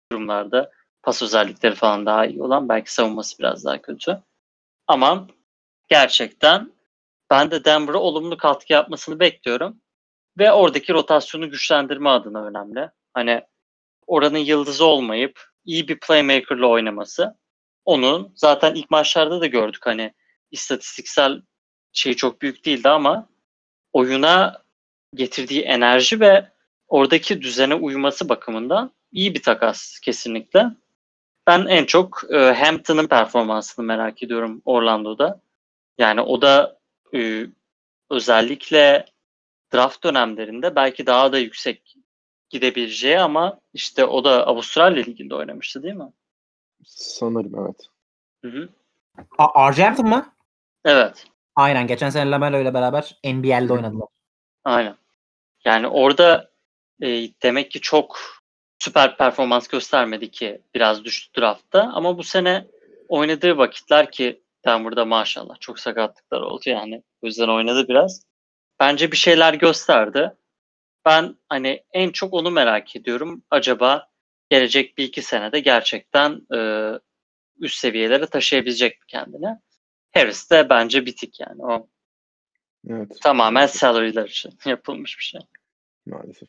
Speaker 3: durumlarda pas özellikleri falan daha iyi olan, belki savunması biraz daha kötü. Ama gerçekten ben de Denver'a olumlu katkı yapmasını bekliyorum. Ve oradaki rotasyonu güçlendirme adına önemli. Hani oranın yıldızı olmayıp iyi bir playmaker'la oynaması. Onun zaten ilk maçlarda da gördük, hani istatistiksel şey çok büyük değildi ama oyuna getirdiği enerji ve oradaki düzene uyması bakımından iyi bir takas kesinlikle. Ben en çok e, Hampton'ın performansını merak ediyorum Orlando'da. Yani o da e, özellikle draft dönemlerinde belki daha da yüksek gidebileceği, ama işte o da Avustralya Ligi'nde oynamıştı değil mi?
Speaker 1: Sanırım evet.
Speaker 3: Hı hı.
Speaker 2: A- R J Hampton mı?
Speaker 3: Evet.
Speaker 2: Aynen. Geçen sene Lamelo ile beraber N B L'de
Speaker 1: Hı hı.
Speaker 2: oynadılar.
Speaker 3: Aynen. Yani orada e, demek ki çok süper performans göstermedi ki biraz düştü draftta, ama bu sene oynadığı vakitler, ki Denver'da maşallah çok sakatlıklar oldu yani. O yüzden oynadı biraz. Bence bir şeyler gösterdi. Ben hani en çok onu merak ediyorum. Acaba gelecek bir iki senede gerçekten e, üst seviyelere taşıyabilecek mi kendini? Harris de bence bitik yani. O
Speaker 1: Evet.
Speaker 3: tamamen
Speaker 1: Maalesef.
Speaker 3: salary'ler için yapılmış bir şey.
Speaker 1: Maalesef.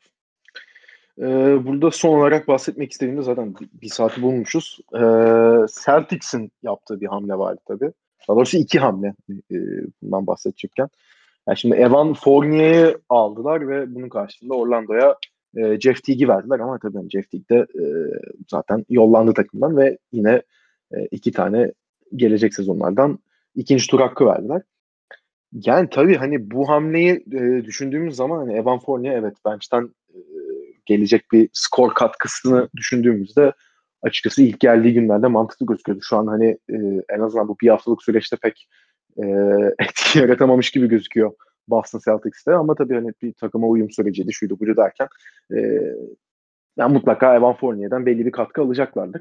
Speaker 1: Ee, burada son olarak bahsetmek istediğimde zaten bir, bir saati bulmuşuz. Ee, Celtics'in yaptığı bir hamle vardı tabii. Daha doğrusu iki hamle e, bundan bahsedecekken. Yani şimdi Evan Fournier'i aldılar ve bunun karşılığında Orlando'ya e, Jeff Teague'i verdiler, ama tabii yani Jeff Teague de e, zaten yollandı takımdan ve yine e, iki tane gelecek sezonlardan ikinci tur hakkı verdiler. Yani tabii hani bu hamleyi e, düşündüğümüz zaman hani Evan Fournier evet bench'ten e, gelecek bir skor katkısını düşündüğümüzde açıkçası ilk geldiği günlerde mantıklı gözüküyordu. Şu an hani e, en azından bu bir haftalık süreçte pek e, etki yaratamamış gibi gözüküyor Boston Celtics'te, ama tabii hani bir takıma uyum süreciydi, şuydu buydu derken e, yani mutlaka Evan Fournier'den belli bir katkı alacaklardır.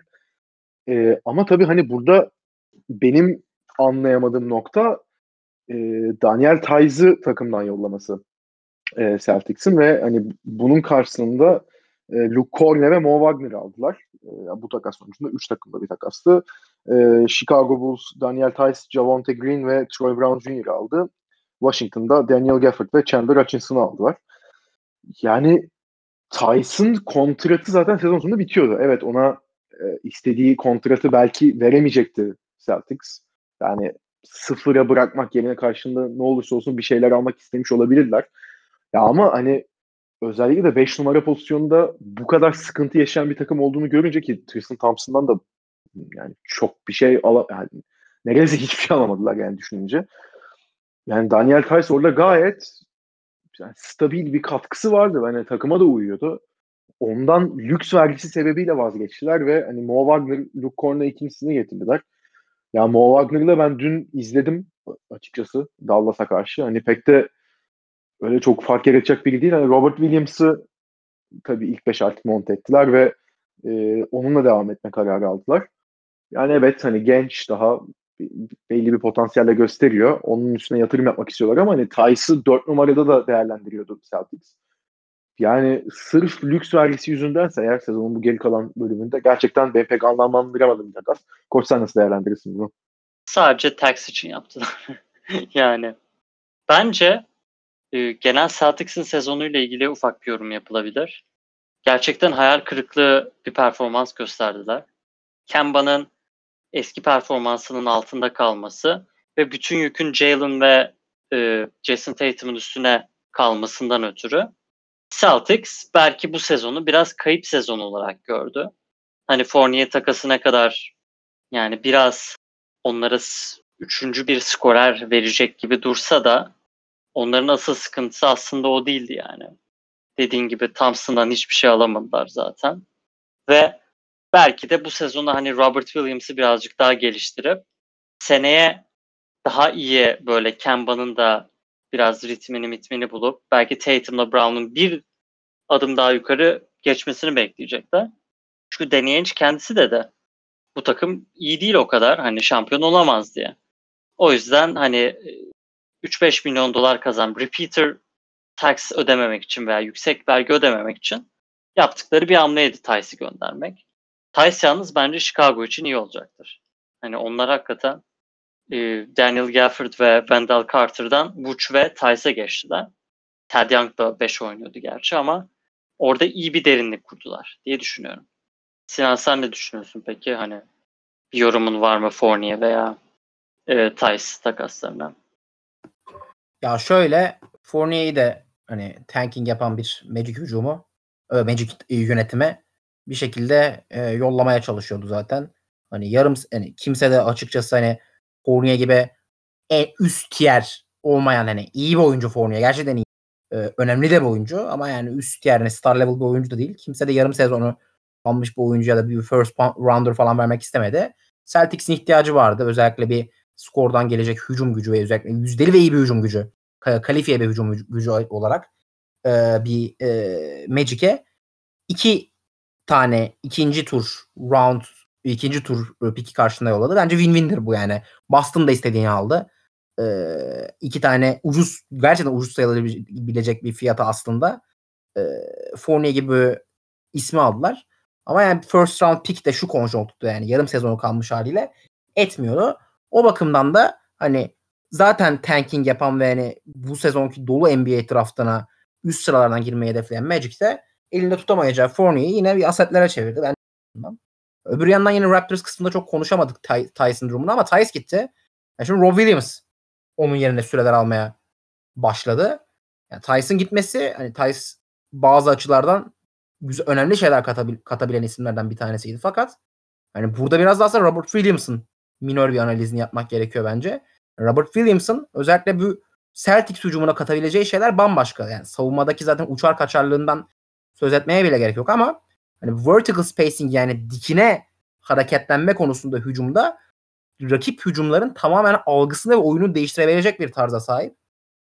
Speaker 1: E, ama tabii hani burada benim anlayamadığım nokta e, Daniel Theis'ı takımdan yollaması e, Celtics'in ve hani bunun karşısında e, Luke Cornet ve Mo Wagner'ı aldılar. E, bu takas sonucunda üç takımda bir takastı. E, Chicago Bulls Daniel Theis, Javonte Green ve Troy Brown Junior'ı aldı. Washington'da Daniel Gafford ve Chandler Hutchinson'ı aldılar. Yani Theis'in kontratı zaten sezon sonunda bitiyordu. Evet, ona e, istediği kontratı belki veremeyecekti Celtics. Yani sıfıra bırakmak yerine karşında ne olursa olsun bir şeyler almak istemiş olabilirler. Ya ama hani özellikle de beş numara pozisyonunda bu kadar sıkıntı yaşayan bir takım olduğunu görünce, ki Tristan Thompson'dan da yani çok bir şey ala yani neredeyse hiçbir şey alamadılar yani düşününce. Yani Daniel Theis orada gayet yani stabil bir katkısı vardı. Yani takıma da uyuyordu. Ondan lüks vergisi sebebiyle vazgeçtiler ve hani Mo Wagner, Luke Cornet ikincisini getirdiler. Ya Mo Wagner'la ben dün izledim açıkçası Dallas'a karşı. Hani pek de öyle çok fark yaratacak biri değil. Hani Robert Williams'ı tabii ilk beş artık monte ettiler ve e, onunla devam etme kararı aldılar. Yani evet hani genç, daha belli bir potansiyelle gösteriyor. Onun üstüne yatırım yapmak istiyorlar, ama hani Theis'ı dört numarada da değerlendiriyordu Celtics. Yani sırf lüks vergisi yüzündense eğer sezonun bu geri kalan bölümünde gerçekten ben pek anlamlandıramadım bir takas. Koç, sen nasıl değerlendirirsin bunu?
Speaker 3: Sadece tax için yaptılar. Yani bence e, genel Celtics'in sezonuyla ilgili ufak bir yorum yapılabilir. Gerçekten hayal kırıklığı bir performans gösterdiler. Kemba'nın eski performansının altında kalması ve bütün yükün Jalen ve e, Jason Tatum'un üstüne kalmasından ötürü Celtics belki bu sezonu biraz kayıp sezon olarak gördü. Hani Fournier takasına kadar yani biraz onlara üçüncü bir skorer verecek gibi dursa da onların asıl sıkıntısı aslında o değildi yani. Dediğin gibi Thompson'dan hiçbir şey alamadılar zaten. Ve belki de bu sezonu hani Robert Williams'ı birazcık daha geliştirip seneye daha iyi böyle Kemba'nın da biraz ritmini mitmini bulup belki Tatum'la Brown'un bir adım daha yukarı geçmesini bekleyecekler. Çünkü Danny kendisi de de bu takım iyi değil o kadar, hani şampiyon olamaz diye. O yüzden hani üç beş milyon dolar kazan repeater tax ödememek için veya yüksek vergi ödememek için yaptıkları bir hamleydi Theis'i göndermek. Tice yalnız bence Chicago için iyi olacaktır. Hani onlar hakikaten e, Daniel Gafford ve Wendell Carter'dan Vooch ve Tice'e geçtiler. Ted Young da beş oynuyordu gerçi ama orada iyi bir derinlik kurdular diye düşünüyorum. Sinan sen ne düşünüyorsun peki? Hani bir yorumun var mı Fournier veya e, Tice takaslarından?
Speaker 2: Ya şöyle, Fournier'i de hani tanking yapan bir Magic hücumu, e, Magic yönetimi bir şekilde e, yollamaya çalışıyordu zaten. Hani yarım hani kimse de açıkçası hani Fournier gibi en üst tier olmayan, hani iyi bir oyuncu Fournier. Gerçekten iyi. E, önemli de bir oyuncu ama yani üst tier, yani star level bir oyuncu da değil. Kimse de yarım sezonu kalmış bir oyuncuya da bir first rounder falan vermek istemedi. Celtics'in ihtiyacı vardı. Özellikle bir skordan gelecek hücum gücü ve özellikle yüzdeli ve iyi bir hücum gücü. Kalifiye bir hücum gücü olarak e, bir e, Magic'e iki tane ikinci tur round ikinci tur piki karşılığında yolladı. Bence win-win'dir bu yani. Boston da istediğini aldı. Ee, iki tane ucuz, gerçekten ucuz sayılabilecek bir fiyata aslında e, Fournier gibi ismi aldılar. Ama yani first round pick de şu konjonktükte, yani yarım sezonu kalmış haliyle etmiyordu. O bakımdan da hani zaten tanking yapan ve hani bu sezonki dolu N B A draftına üst sıralardan girmeyi hedefleyen Magic de elinde tutamayacağı Fournier'i yine bir asetlere çevirdi. Ben öbür yandan yine Raptors kısmında çok konuşamadık Ty- Tyson durumunu ama Tyson gitti. Yani şimdi Rob Williams onun yerine süreler almaya başladı. Yani Tyson gitmesi, hani Tyson bazı açılardan güzel, önemli şeyler katabil, katabilen isimlerden bir tanesiydi. Fakat hani burada biraz daha Robert Williams'ın minor bir analizini yapmak gerekiyor bence. Robert Williams'ın özellikle bu Celtics hücumuna katabileceği şeyler bambaşka. Yani savunmadaki zaten uçar kaçarlığından söz etmeye bile gerek yok ama hani vertical spacing, yani dikine hareketlenme konusunda hücumda rakip hücumların tamamen algısını ve oyunu değiştirebilecek bir tarza sahip.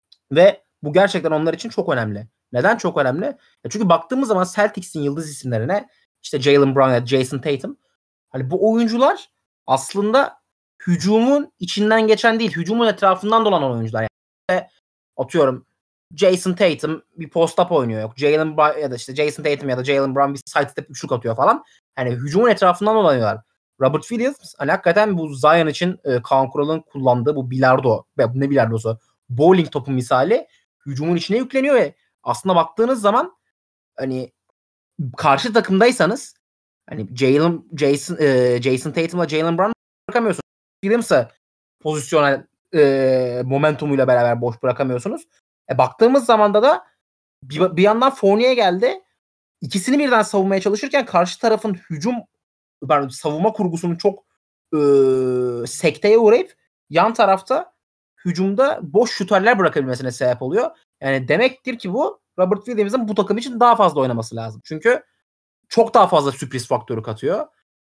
Speaker 2: Ve bu gerçekten onlar için çok önemli. Neden çok önemli? Ya çünkü baktığımız zaman Celtics'in yıldız isimlerine, işte Jaylen Brown ya Jason Tatum, hani bu oyuncular aslında hücumun içinden geçen değil, hücumun etrafından dolanan oyuncular. Yani atıyorum Jason Tatum bir post-up oynuyor, yok Jaylen ya da işte Jason Tatum ya da Jaylen Brown bir side step üçlük atıyor falan. Hani hücumun etrafından dolanıyorlar. Robert Williams hani hakikaten bu Zion için e, Kaan Kural'ın kullandığı bu bilardo, ne bilardosu, bowling topu misali hücumun içine yükleniyor ve aslında baktığınız zaman hani karşı takımdaysanız hani Jaylen Jason e, Jason Tatum'la Jaylen Brown bırakamıyorsunuz. Williams'ı pozisyonel e, momentumuyla beraber boş bırakamıyorsunuz. E, baktığımız zamanda da bir, bir yandan Fournier geldi. İkisini birden savunmaya çalışırken karşı tarafın hücum pardon, savunma kurgusunun çok e, sekteye uğrayıp yan tarafta hücumda boş şutörler bırakabilmesine sebep oluyor. Yani demektir ki bu Robert Williams'ın bu takım için daha fazla oynaması lazım. Çünkü çok daha fazla sürpriz faktörü katıyor.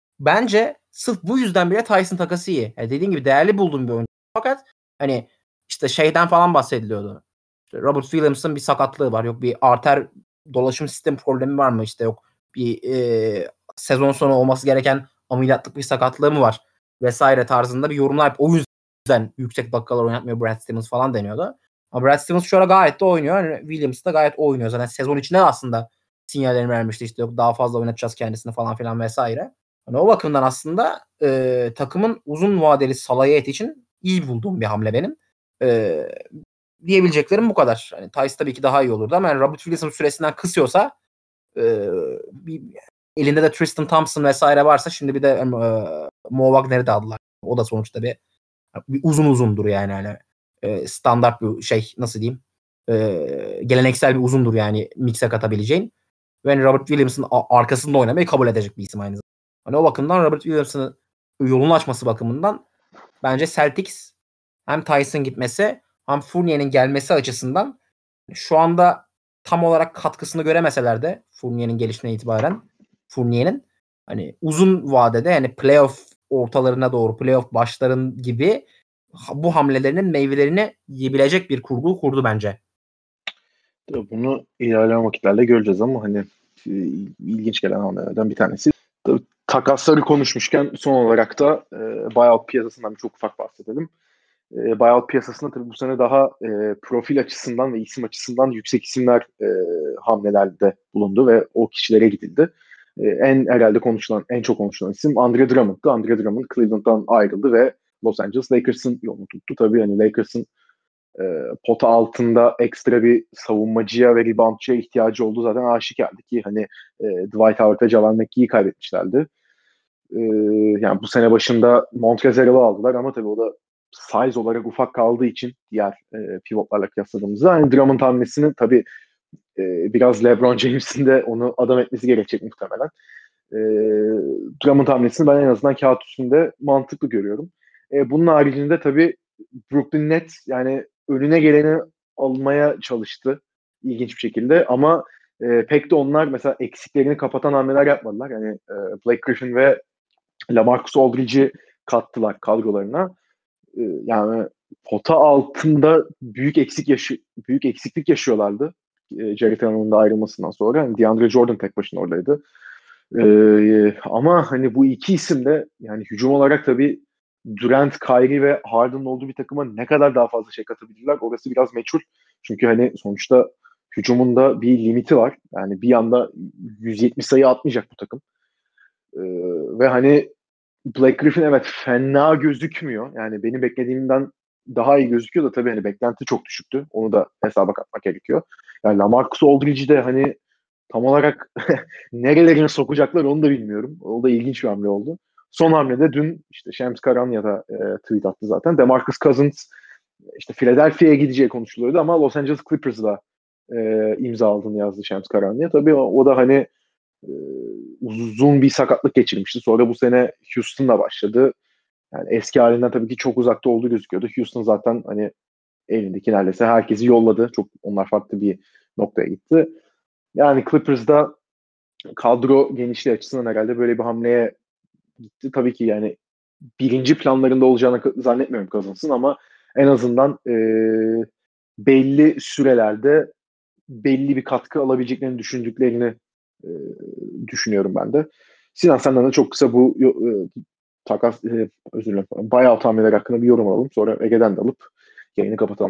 Speaker 2: Bence sırf bu yüzden bile Tyson takası iyi. Yani dediğim gibi değerli bulduğum bir oyuncu. Fakat hani işte şeyden falan bahsediliyordu. İşte Robert Williams'ın bir sakatlığı var. Yok bir arter dolaşım sistemi problemi var mı? İşte yok bir e, sezon sonu olması gereken ameliyatlık bir sakatlığı mı var? Vesaire tarzında bir yorumlar. O yüzden yüksek dakikalar oynatmıyor Brad Stevens falan deniyordu. Ama Brad Stevens şu ara gayet de oynuyor. Yani Williams da gayet oynuyor. Zaten sezon içinde aslında sinyallerini vermişti. İşte yok daha fazla oynatacağız kendisini falan filan vesaire. Yani o bakımdan aslında e, takımın uzun vadeli salayet için iyi bulduğum bir hamle benim. E, diyebileceklerim bu kadar. Yani Tice tabii ki daha iyi olurdu ama yani Robert Williams'ın süresinden kısıyorsa e, bir, elinde de Tristan Thompson vesaire varsa şimdi bir de e, Mo Wagner'i de aldılar. O da sonuçta bir, bir uzun uzundur yani. yani e, standart bir şey, nasıl diyeyim, e, geleneksel bir uzundur yani mikse katabileceğin. Ve yani Robert Williams'ın arkasında oynamayı kabul edecek bir isim aynı zamanda. Hani o bakımdan Robert Williams'ın yolunu açması bakımından bence Celtics hem Tyson gitmesi hem Fournier'in gelmesi açısından şu anda tam olarak katkısını göremeseler de Fournier'in gelişine itibaren Fournier'in hani uzun vadede yani playoff ortalarına doğru, playoff başların gibi bu hamlelerinin meyvelerini yiyebilecek bir kurgu kurdu bence.
Speaker 1: Bunu ilerleyen vakitlerle göreceğiz ama hani ilginç gelen hamlelerden bir tanesi. Tabii, takasları konuşmuşken son olarak da e, buyout piyasasından çok ufak bahsedelim. E, buyout piyasasında tabii bu sene daha e, profil açısından ve isim açısından yüksek isimler e, hamlelerde bulundu ve o kişilere gidildi. e, en herhalde konuşulan, en çok konuşulan isim Andre Drummond'du. Andre Drummond Cleveland'dan ayrıldı ve Los Angeles Lakers'ın yolunu tuttu. Tabii hani Lakers'ın e, pota altında ekstra bir savunmacıya ve reboundçıya ihtiyacı olduğu zaten aşikardı ki hani e, Dwight Howard ve Javal McGee'yi kaybetmişlerdi. E, yani bu sene başında Montrezl'ı aldılar ama tabii o da size olarak ufak kaldığı için diğer e, pivotlarla kıyasladığımızda hani Drummond hamlesini tabii e, biraz LeBron James'in de onu adam etmesi gerekecek muhtemelen. E, Drummond hamlesini ben en azından kağıt üstünde mantıklı görüyorum. E, bunun haricinde tabii Brooklyn Nets yani önüne geleni almaya çalıştı ilginç bir şekilde ama e, pek de onlar mesela eksiklerini kapatan hamleler yapmadılar. Yani e, Blake Griffin ve LaMarcus Aldridge'i kattılar kadrolarına. E, yani pota altında büyük eksik yaşı büyük eksiklik yaşıyorlardı. E, Jared Allen'ın da ayrılmasından sonra. Yani DeAndre Jordan tek başına oradaydı. E, ama hani bu iki isim de yani hücum olarak tabii Durant, Kyrie ve Harden'ın olduğu bir takıma ne kadar daha fazla şey katabilirler orası biraz meçhul. Çünkü hani sonuçta hücumunda bir limiti var. Yani bir anda yüz yetmiş sayı atmayacak bu takım. Ee, ve hani Blake Griffin evet fena gözükmüyor. Yani benim beklediğimden daha iyi gözüküyor da tabii hani beklenti çok düşüktü. Onu da hesaba katmak gerekiyor. Yani LaMarcus Aldridge'i de hani tam olarak nerelerine sokacaklar onu da bilmiyorum. O da ilginç bir hamle oldu. Son hamlede dün işte Shams Charania da e, tweet attı zaten. DeMarcus Cousins işte Philadelphia'ya gideceği konuşuluyordu ama Los Angeles Clippers'la e, imza aldığını yazdı Shams Charania. Tabii o, o da hani e, uzun bir sakatlık geçirmişti. Sonra bu sene Houston'la başladı. Yani eski halinden tabii ki çok uzakta olduğu gözüküyordu. Houston zaten hani elindeki neredeyse herkesi yolladı. Çok onlar farklı bir noktaya gitti. Yani Clippers'da kadro genişliği açısından herhalde böyle bir hamleye gitti. Tabii ki yani birinci planlarında olacağını zannetmiyorum Cousins'ın ama en azından e, belli sürelerde belli bir katkı alabileceklerini düşündüklerini e, düşünüyorum ben de. Sinan senden de çok kısa bu e, takas e, özür dilerim buyout hamleleri hakkında bir yorum alalım. Sonra Ege'den de alıp yayını kapatalım.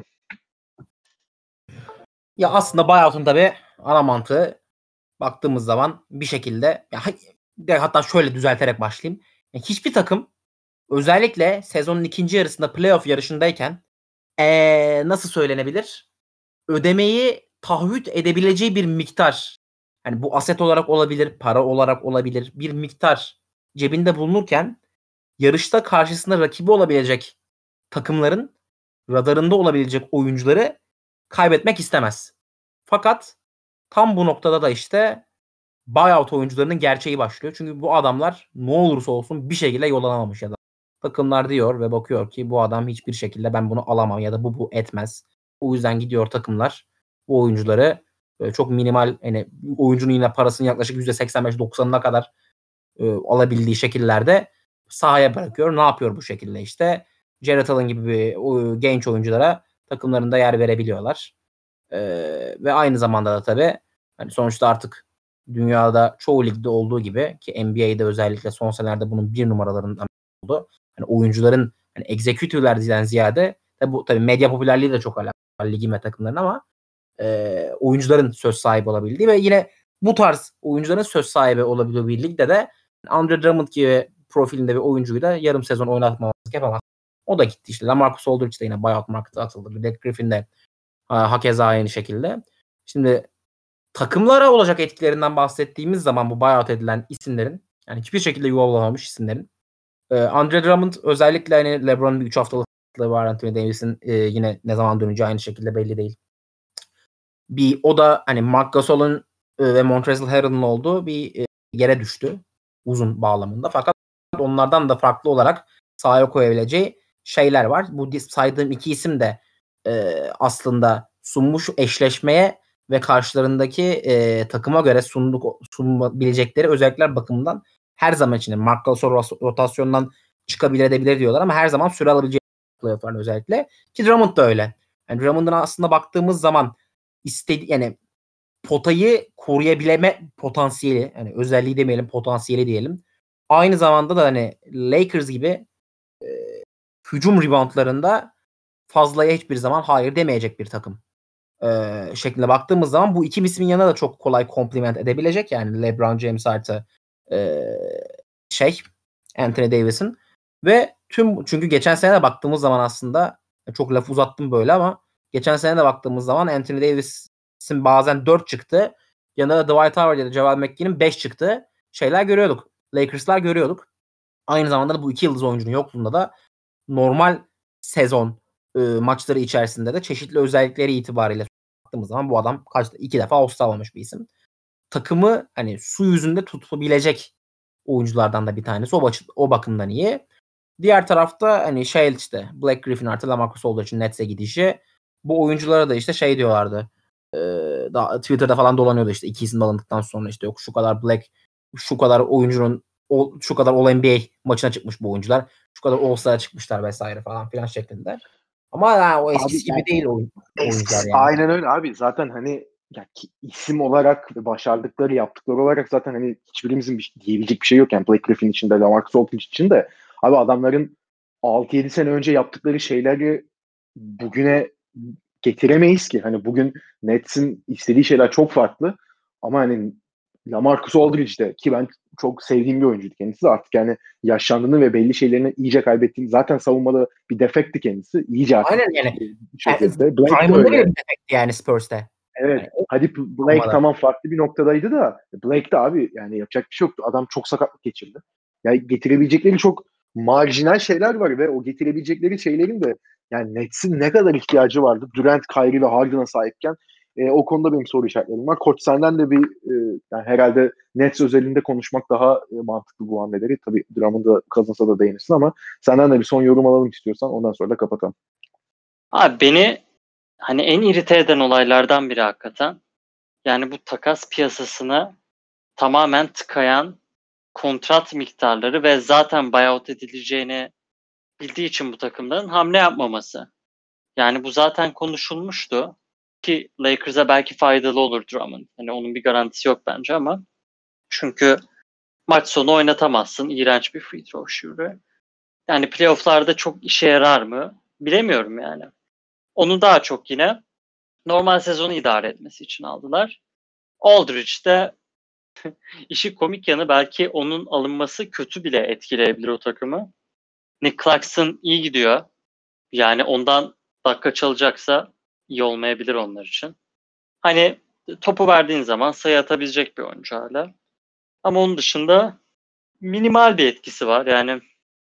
Speaker 2: Ya aslında buyout'un tabii ana mantığı baktığımız zaman bir şekilde ya, hatta şöyle düzelterek başlayayım. Yani hiçbir takım özellikle sezonun ikinci yarısında playoff yarışındayken ee, nasıl söylenebilir? Ödemeyi taahhüt edebileceği bir miktar, yani bu aset olarak olabilir, para olarak olabilir, bir miktar cebinde bulunurken yarışta karşısında rakibi olabilecek takımların radarında olabilecek oyuncuları kaybetmek istemez. Fakat tam bu noktada da işte buyout oyuncularının gerçeği başlıyor. Çünkü bu adamlar ne olursa olsun bir şekilde yollanamamış ya da takımlar diyor ve bakıyor ki bu adam hiçbir şekilde ben bunu alamam ya da bu bu etmez. O yüzden gidiyor takımlar bu oyuncuları çok minimal, yani oyuncunun yine parasının yaklaşık yüzde seksen beş doksanına kadar e, alabildiği şekillerde sahaya bırakıyor. Ne yapıyor bu şekilde işte? Jared Allen gibi bir o, genç oyunculara takımlarında yer verebiliyorlar. E, ve aynı zamanda da tabii hani sonuçta artık dünyada çoğu ligde olduğu gibi ki N B A'de özellikle son senelerde bunun bir numaralarından oldu. Yani oyuncuların hani executive'lerden ziyade tabii bu tabii medya popülerliği de çok alakalı ligin ve takımların ama e, oyuncuların söz sahibi olabildiği ve yine bu tarz oyuncuların söz sahibi olabildiği bir ligde de Andre Drummond gibi profilinde bir oyuncuyu da yarım sezon oynatmaması yapamaz. O da gitti işte. LaMarcus Aldridge de yine buyout markete atıldı. Blake Griffin de ha, hakeza aynı şekilde. Şimdi takımlara olacak etkilerinden bahsettiğimiz zaman bu buyout edilen isimlerin yani hiçbir şekilde yuvalamamış isimlerin e, Andre Drummond özellikle hani LeBron'un üç haftalık var, Anthony Davis'in e, yine ne zaman döneceği aynı şekilde belli değil. Bir o da hani Marc Gasol'un e, ve Montrezl Harrell'ın olduğu bir e, yere düştü uzun bağlamında. Fakat onlardan da farklı olarak sahaya koyabileceği şeyler var. Bu saydığım iki isim de e, aslında sunmuş eşleşmeye ve karşılarındaki e, takıma göre sunduk sunabilecekleri özellikler bakımından her zaman için Marc Gasol rotasyondan çıkabilir edebilir diyorlar ama her zaman süre alabileceği playoff'ların özellikle. Ki Drummond da öyle. Yani Drummond'un aslında baktığımız zaman istedi yani potayı koruyabilme potansiyeli, yani özelliği demeyelim, potansiyeli diyelim. Aynı zamanda da hani Lakers gibi e, hücum reboundlarında fazlaya hiçbir zaman hayır demeyecek bir takım e, şeklinde baktığımız zaman bu iki ismin yanına da çok kolay komplement edebilecek. Yani LeBron James artı e, şey Anthony Davis'in ve tüm çünkü geçen sene de baktığımız zaman aslında çok laf uzattım böyle ama geçen sene de baktığımız zaman Anthony Davis'in bazen dört çıktı. Yanında da Dwight Howard ya da Javel McGee'nin beş çıktı. Şeyler görüyorduk. Lakers'lar görüyorduk. Aynı zamanda da bu iki yıldız oyuncunun yokluğunda da normal sezon e, maçları içerisinde de çeşitli özellikleri itibariyle baktığımız zaman bu adam kaçta iki defa All-Star olmuş bir isim. Takımı hani su yüzünde tutabilecek oyunculardan da bir tanesi. O, baş, o bakımdan iyi. Diğer tarafta hani şey işte Blake Griffin artı LaMarcus Aldridge'in Nets'e gidişi. Bu oyunculara da işte şey diyorlardı. E, daha Twitter'da falan dolanıyordu işte iki isim alındıktan sonra işte yok şu kadar Black şu kadar oyuncunun o, şu kadar All-N B A maçına çıkmış bu oyuncular. Şu kadar All-Star'a çıkmışlar vesaire falan filan şeklinde. Ama yani o eskisi abi, gibi yani, değil oyun, oyuncular yani.
Speaker 1: Aynen öyle abi. Zaten hani ya, isim olarak ve başardıkları, yaptıkları olarak zaten hani hiçbirimizin bir, diyebilecek bir şey yok. Yani Blake Griffin için de, LaMarcus Aldridge için de. Abi adamların altı yedi sene önce yaptıkları şeyleri bugüne getiremeyiz ki. Hani bugün Nets'in istediği şeyler çok farklı. Ama hani LaMarcus Aldridge'de ki ben çok sevdiğim bir oyuncuydu kendisi. Artık yani yaşlandığını ve belli şeylerini iyice kaybettiğini, zaten savunmada bir defekti kendisi. İyice artık.
Speaker 2: Aynen yani.
Speaker 1: Şekilde. Blake de öyle.
Speaker 2: Bir defekti yani Spurs'te.
Speaker 1: Evet. Yani, hadi Blake olmadan. Tamam farklı bir noktadaydı da Blake de abi yani yapacak bir şey yoktu. Adam çok sakatlık geçirdi. Yani getirebilecekleri çok marjinal şeyler var ve o getirebilecekleri şeylerin de yani Nets'in ne kadar ihtiyacı vardı Durant, Kyrie ve Harden'a sahipken e, o konuda benim soru işaretlerim var. Koç senden de bir e, yani herhalde Nets özelinde konuşmak daha e, mantıklı bu hamleleri. Tabii Drummond da kazansa da değinirsin ama senden de bir son yorum alalım istiyorsan ondan sonra da kapatalım.
Speaker 3: Abi beni hani en irite eden olaylardan biri hakikaten. Yani bu takas piyasasını tamamen tıkayan kontrat miktarları ve zaten buyout edileceğini bildiği için bu takımların hamle yapmaması. Yani bu zaten konuşulmuştu ki Lakers'a belki faydalı olur Drummond. Hani onun bir garantisi yok bence ama çünkü maç sonu oynatamazsın. İğrenç bir free throw shooter. Yani playoff'larda çok işe yarar mı? Bilemiyorum yani. Onu daha çok yine normal sezonu idare etmesi için aldılar. Aldridge de işi komik yanı belki onun alınması kötü bile etkileyebilir o takımı. Nick Claxton iyi gidiyor. Yani ondan dakika çalacaksa iyi olmayabilir onlar için. Hani topu verdiğin zaman sayı atabilecek bir oyuncu hala. Ama onun dışında minimal bir etkisi var. Yani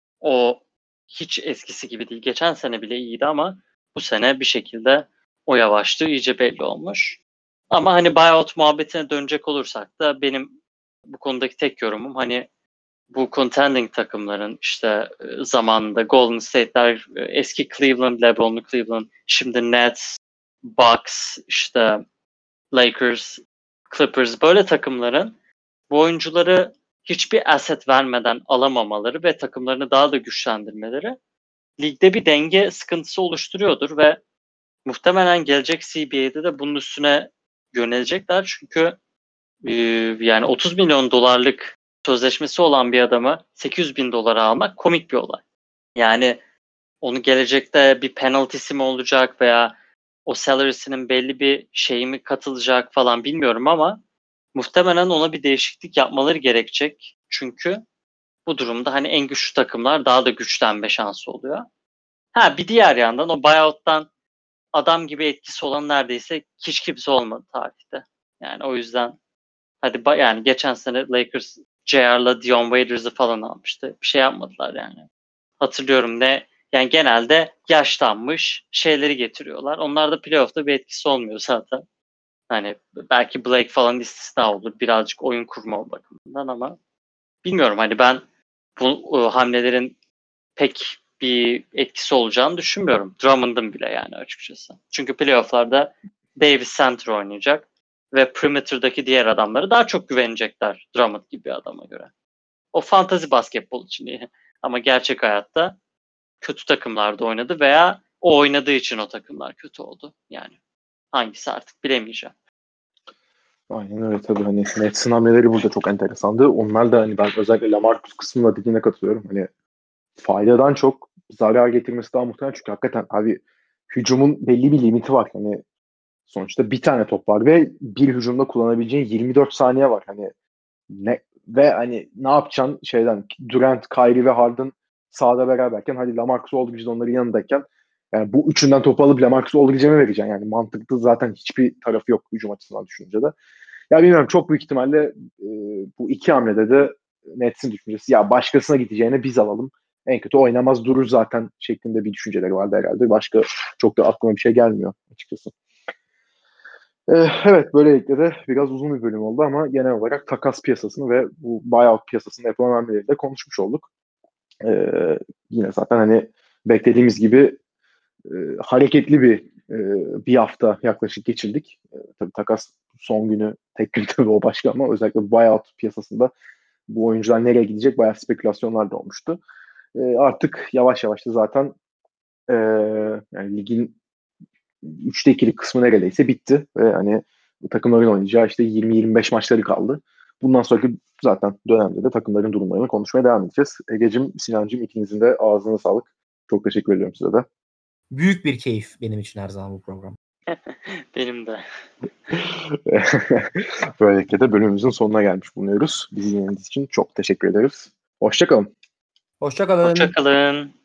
Speaker 3: o hiç eskisi gibi değil. Geçen sene bile iyiydi ama bu sene bir şekilde o yavaşlığı iyice belli olmuş. Ama hani buyout muhabbetine dönecek olursak da benim bu konudaki tek yorumum hani bu contending takımların işte zamanında Golden State'ler, eski Cleveland, LeBron'lu Cleveland, şimdi Nets, Bucks, işte Lakers, Clippers böyle takımların bu oyuncuları hiçbir asset vermeden alamamaları ve takımlarını daha da güçlendirmeleri ligde bir denge sıkıntısı oluşturuyordur ve muhtemelen gelecek C B A'de de bunun üstüne yönelecekler. Çünkü e, yani otuz milyon dolarlık sözleşmesi olan bir adamı sekiz yüz bin dolara almak komik bir olay. Yani onu gelecekte bir penaltisi mi olacak veya o salary'sinin belli bir şeyi mi katılacak falan bilmiyorum ama muhtemelen ona bir değişiklik yapmaları gerekecek. Çünkü bu durumda hani en güçlü takımlar daha da güçlenme şansı oluyor. Ha bir diğer yandan o buyout'tan adam gibi etkisi olan neredeyse hiç kimse olmadı tarihte. Yani o yüzden hadi yani geçen sene Lakers J R'la Dion Waiters'ı falan almıştı. Bir şey yapmadılar yani. Hatırlıyorum ne yani genelde yaşlanmış şeyleri getiriyorlar. Onlar da playoff'ta bir etkisi olmuyor zaten. Hani belki Blake falan istisna olur. Birazcık oyun kurma bakımından ama bilmiyorum hani ben bu e, hamlelerin pek bir etkisi olacağını düşünmüyorum. Drummond'ın bile yani açıkçası. Çünkü playoff'larda Davis center oynayacak ve perimeter'daki diğer adamları daha çok güvenecekler Drummond gibi bir adama göre. O fantazi basketbol için iyi. Ama gerçek hayatta kötü takımlarda oynadı veya o oynadığı için o takımlar kötü oldu. Yani hangisi artık bilemeyeceğim.
Speaker 1: Aynen öyle tabii hani Nets'in hamleleri burada çok enteresandı. Onlar da hani ben özellikle LaMarcus kısmında dediğine katılıyorum. Hani faydadan çok zarar getirmesi daha muhtemel çünkü hakikaten abi hücumun belli bir limiti var. Hani sonuçta bir tane top var ve bir hücumda kullanabileceğin yirmi dört saniye var. Hani ne ve hani ne yapacaksın şeyden Durant, Kyrie ve Harden sahada beraberken hadi LaMarcus Aldridge onların yanındayken yani bu üçünden topu alıp LaMarcus Aldridge'e mi vereceksin? Yani mantıklı zaten hiçbir tarafı yok hücum açısından düşününce de. Ya bilmiyorum çok büyük ihtimalle e, bu iki hamlede de Nets'in düşüncesi ya başkasına gideceğine biz alalım. En kötü oynamaz durur zaten şeklinde bir düşünceleri vardı herhalde. Başka çok da aklıma bir şey gelmiyor açıkçası. Ee, evet böylelikle de biraz uzun bir bölüm oldu ama genel olarak takas piyasasını ve bu buyout piyasasında yapılan hamleleri de konuşmuş olduk. Ee, yine zaten hani beklediğimiz gibi e, hareketli bir e, bir hafta yaklaşık geçirdik. E, tabii takas son günü tek gün tabii o başka ama özellikle buyout piyasasında bu oyuncular nereye gidecek bayağı spekülasyonlar da olmuştu. E, artık yavaş yavaş da zaten e, yani ligin üçte ikilik kısmı neredeyse bitti ve hani bu takımların oynayacağı işte yirmi yirmi beş maçları kaldı. Bundan sonraki zaten dönemde de takımların durumlarını konuşmaya devam edeceğiz. Ege'cim, Sinancım ikinizin de ağzına sağlık. Çok teşekkür ediyorum size de.
Speaker 2: Büyük bir keyif benim için her zaman bu program.
Speaker 3: Benim de.
Speaker 1: Böylelikle de bölümümüzün sonuna gelmiş bulunuyoruz. Bizi dinlediğiniz için çok teşekkür ederiz. Hoşçakalın.
Speaker 2: Hoşça kalın.
Speaker 3: Hoşça kalın.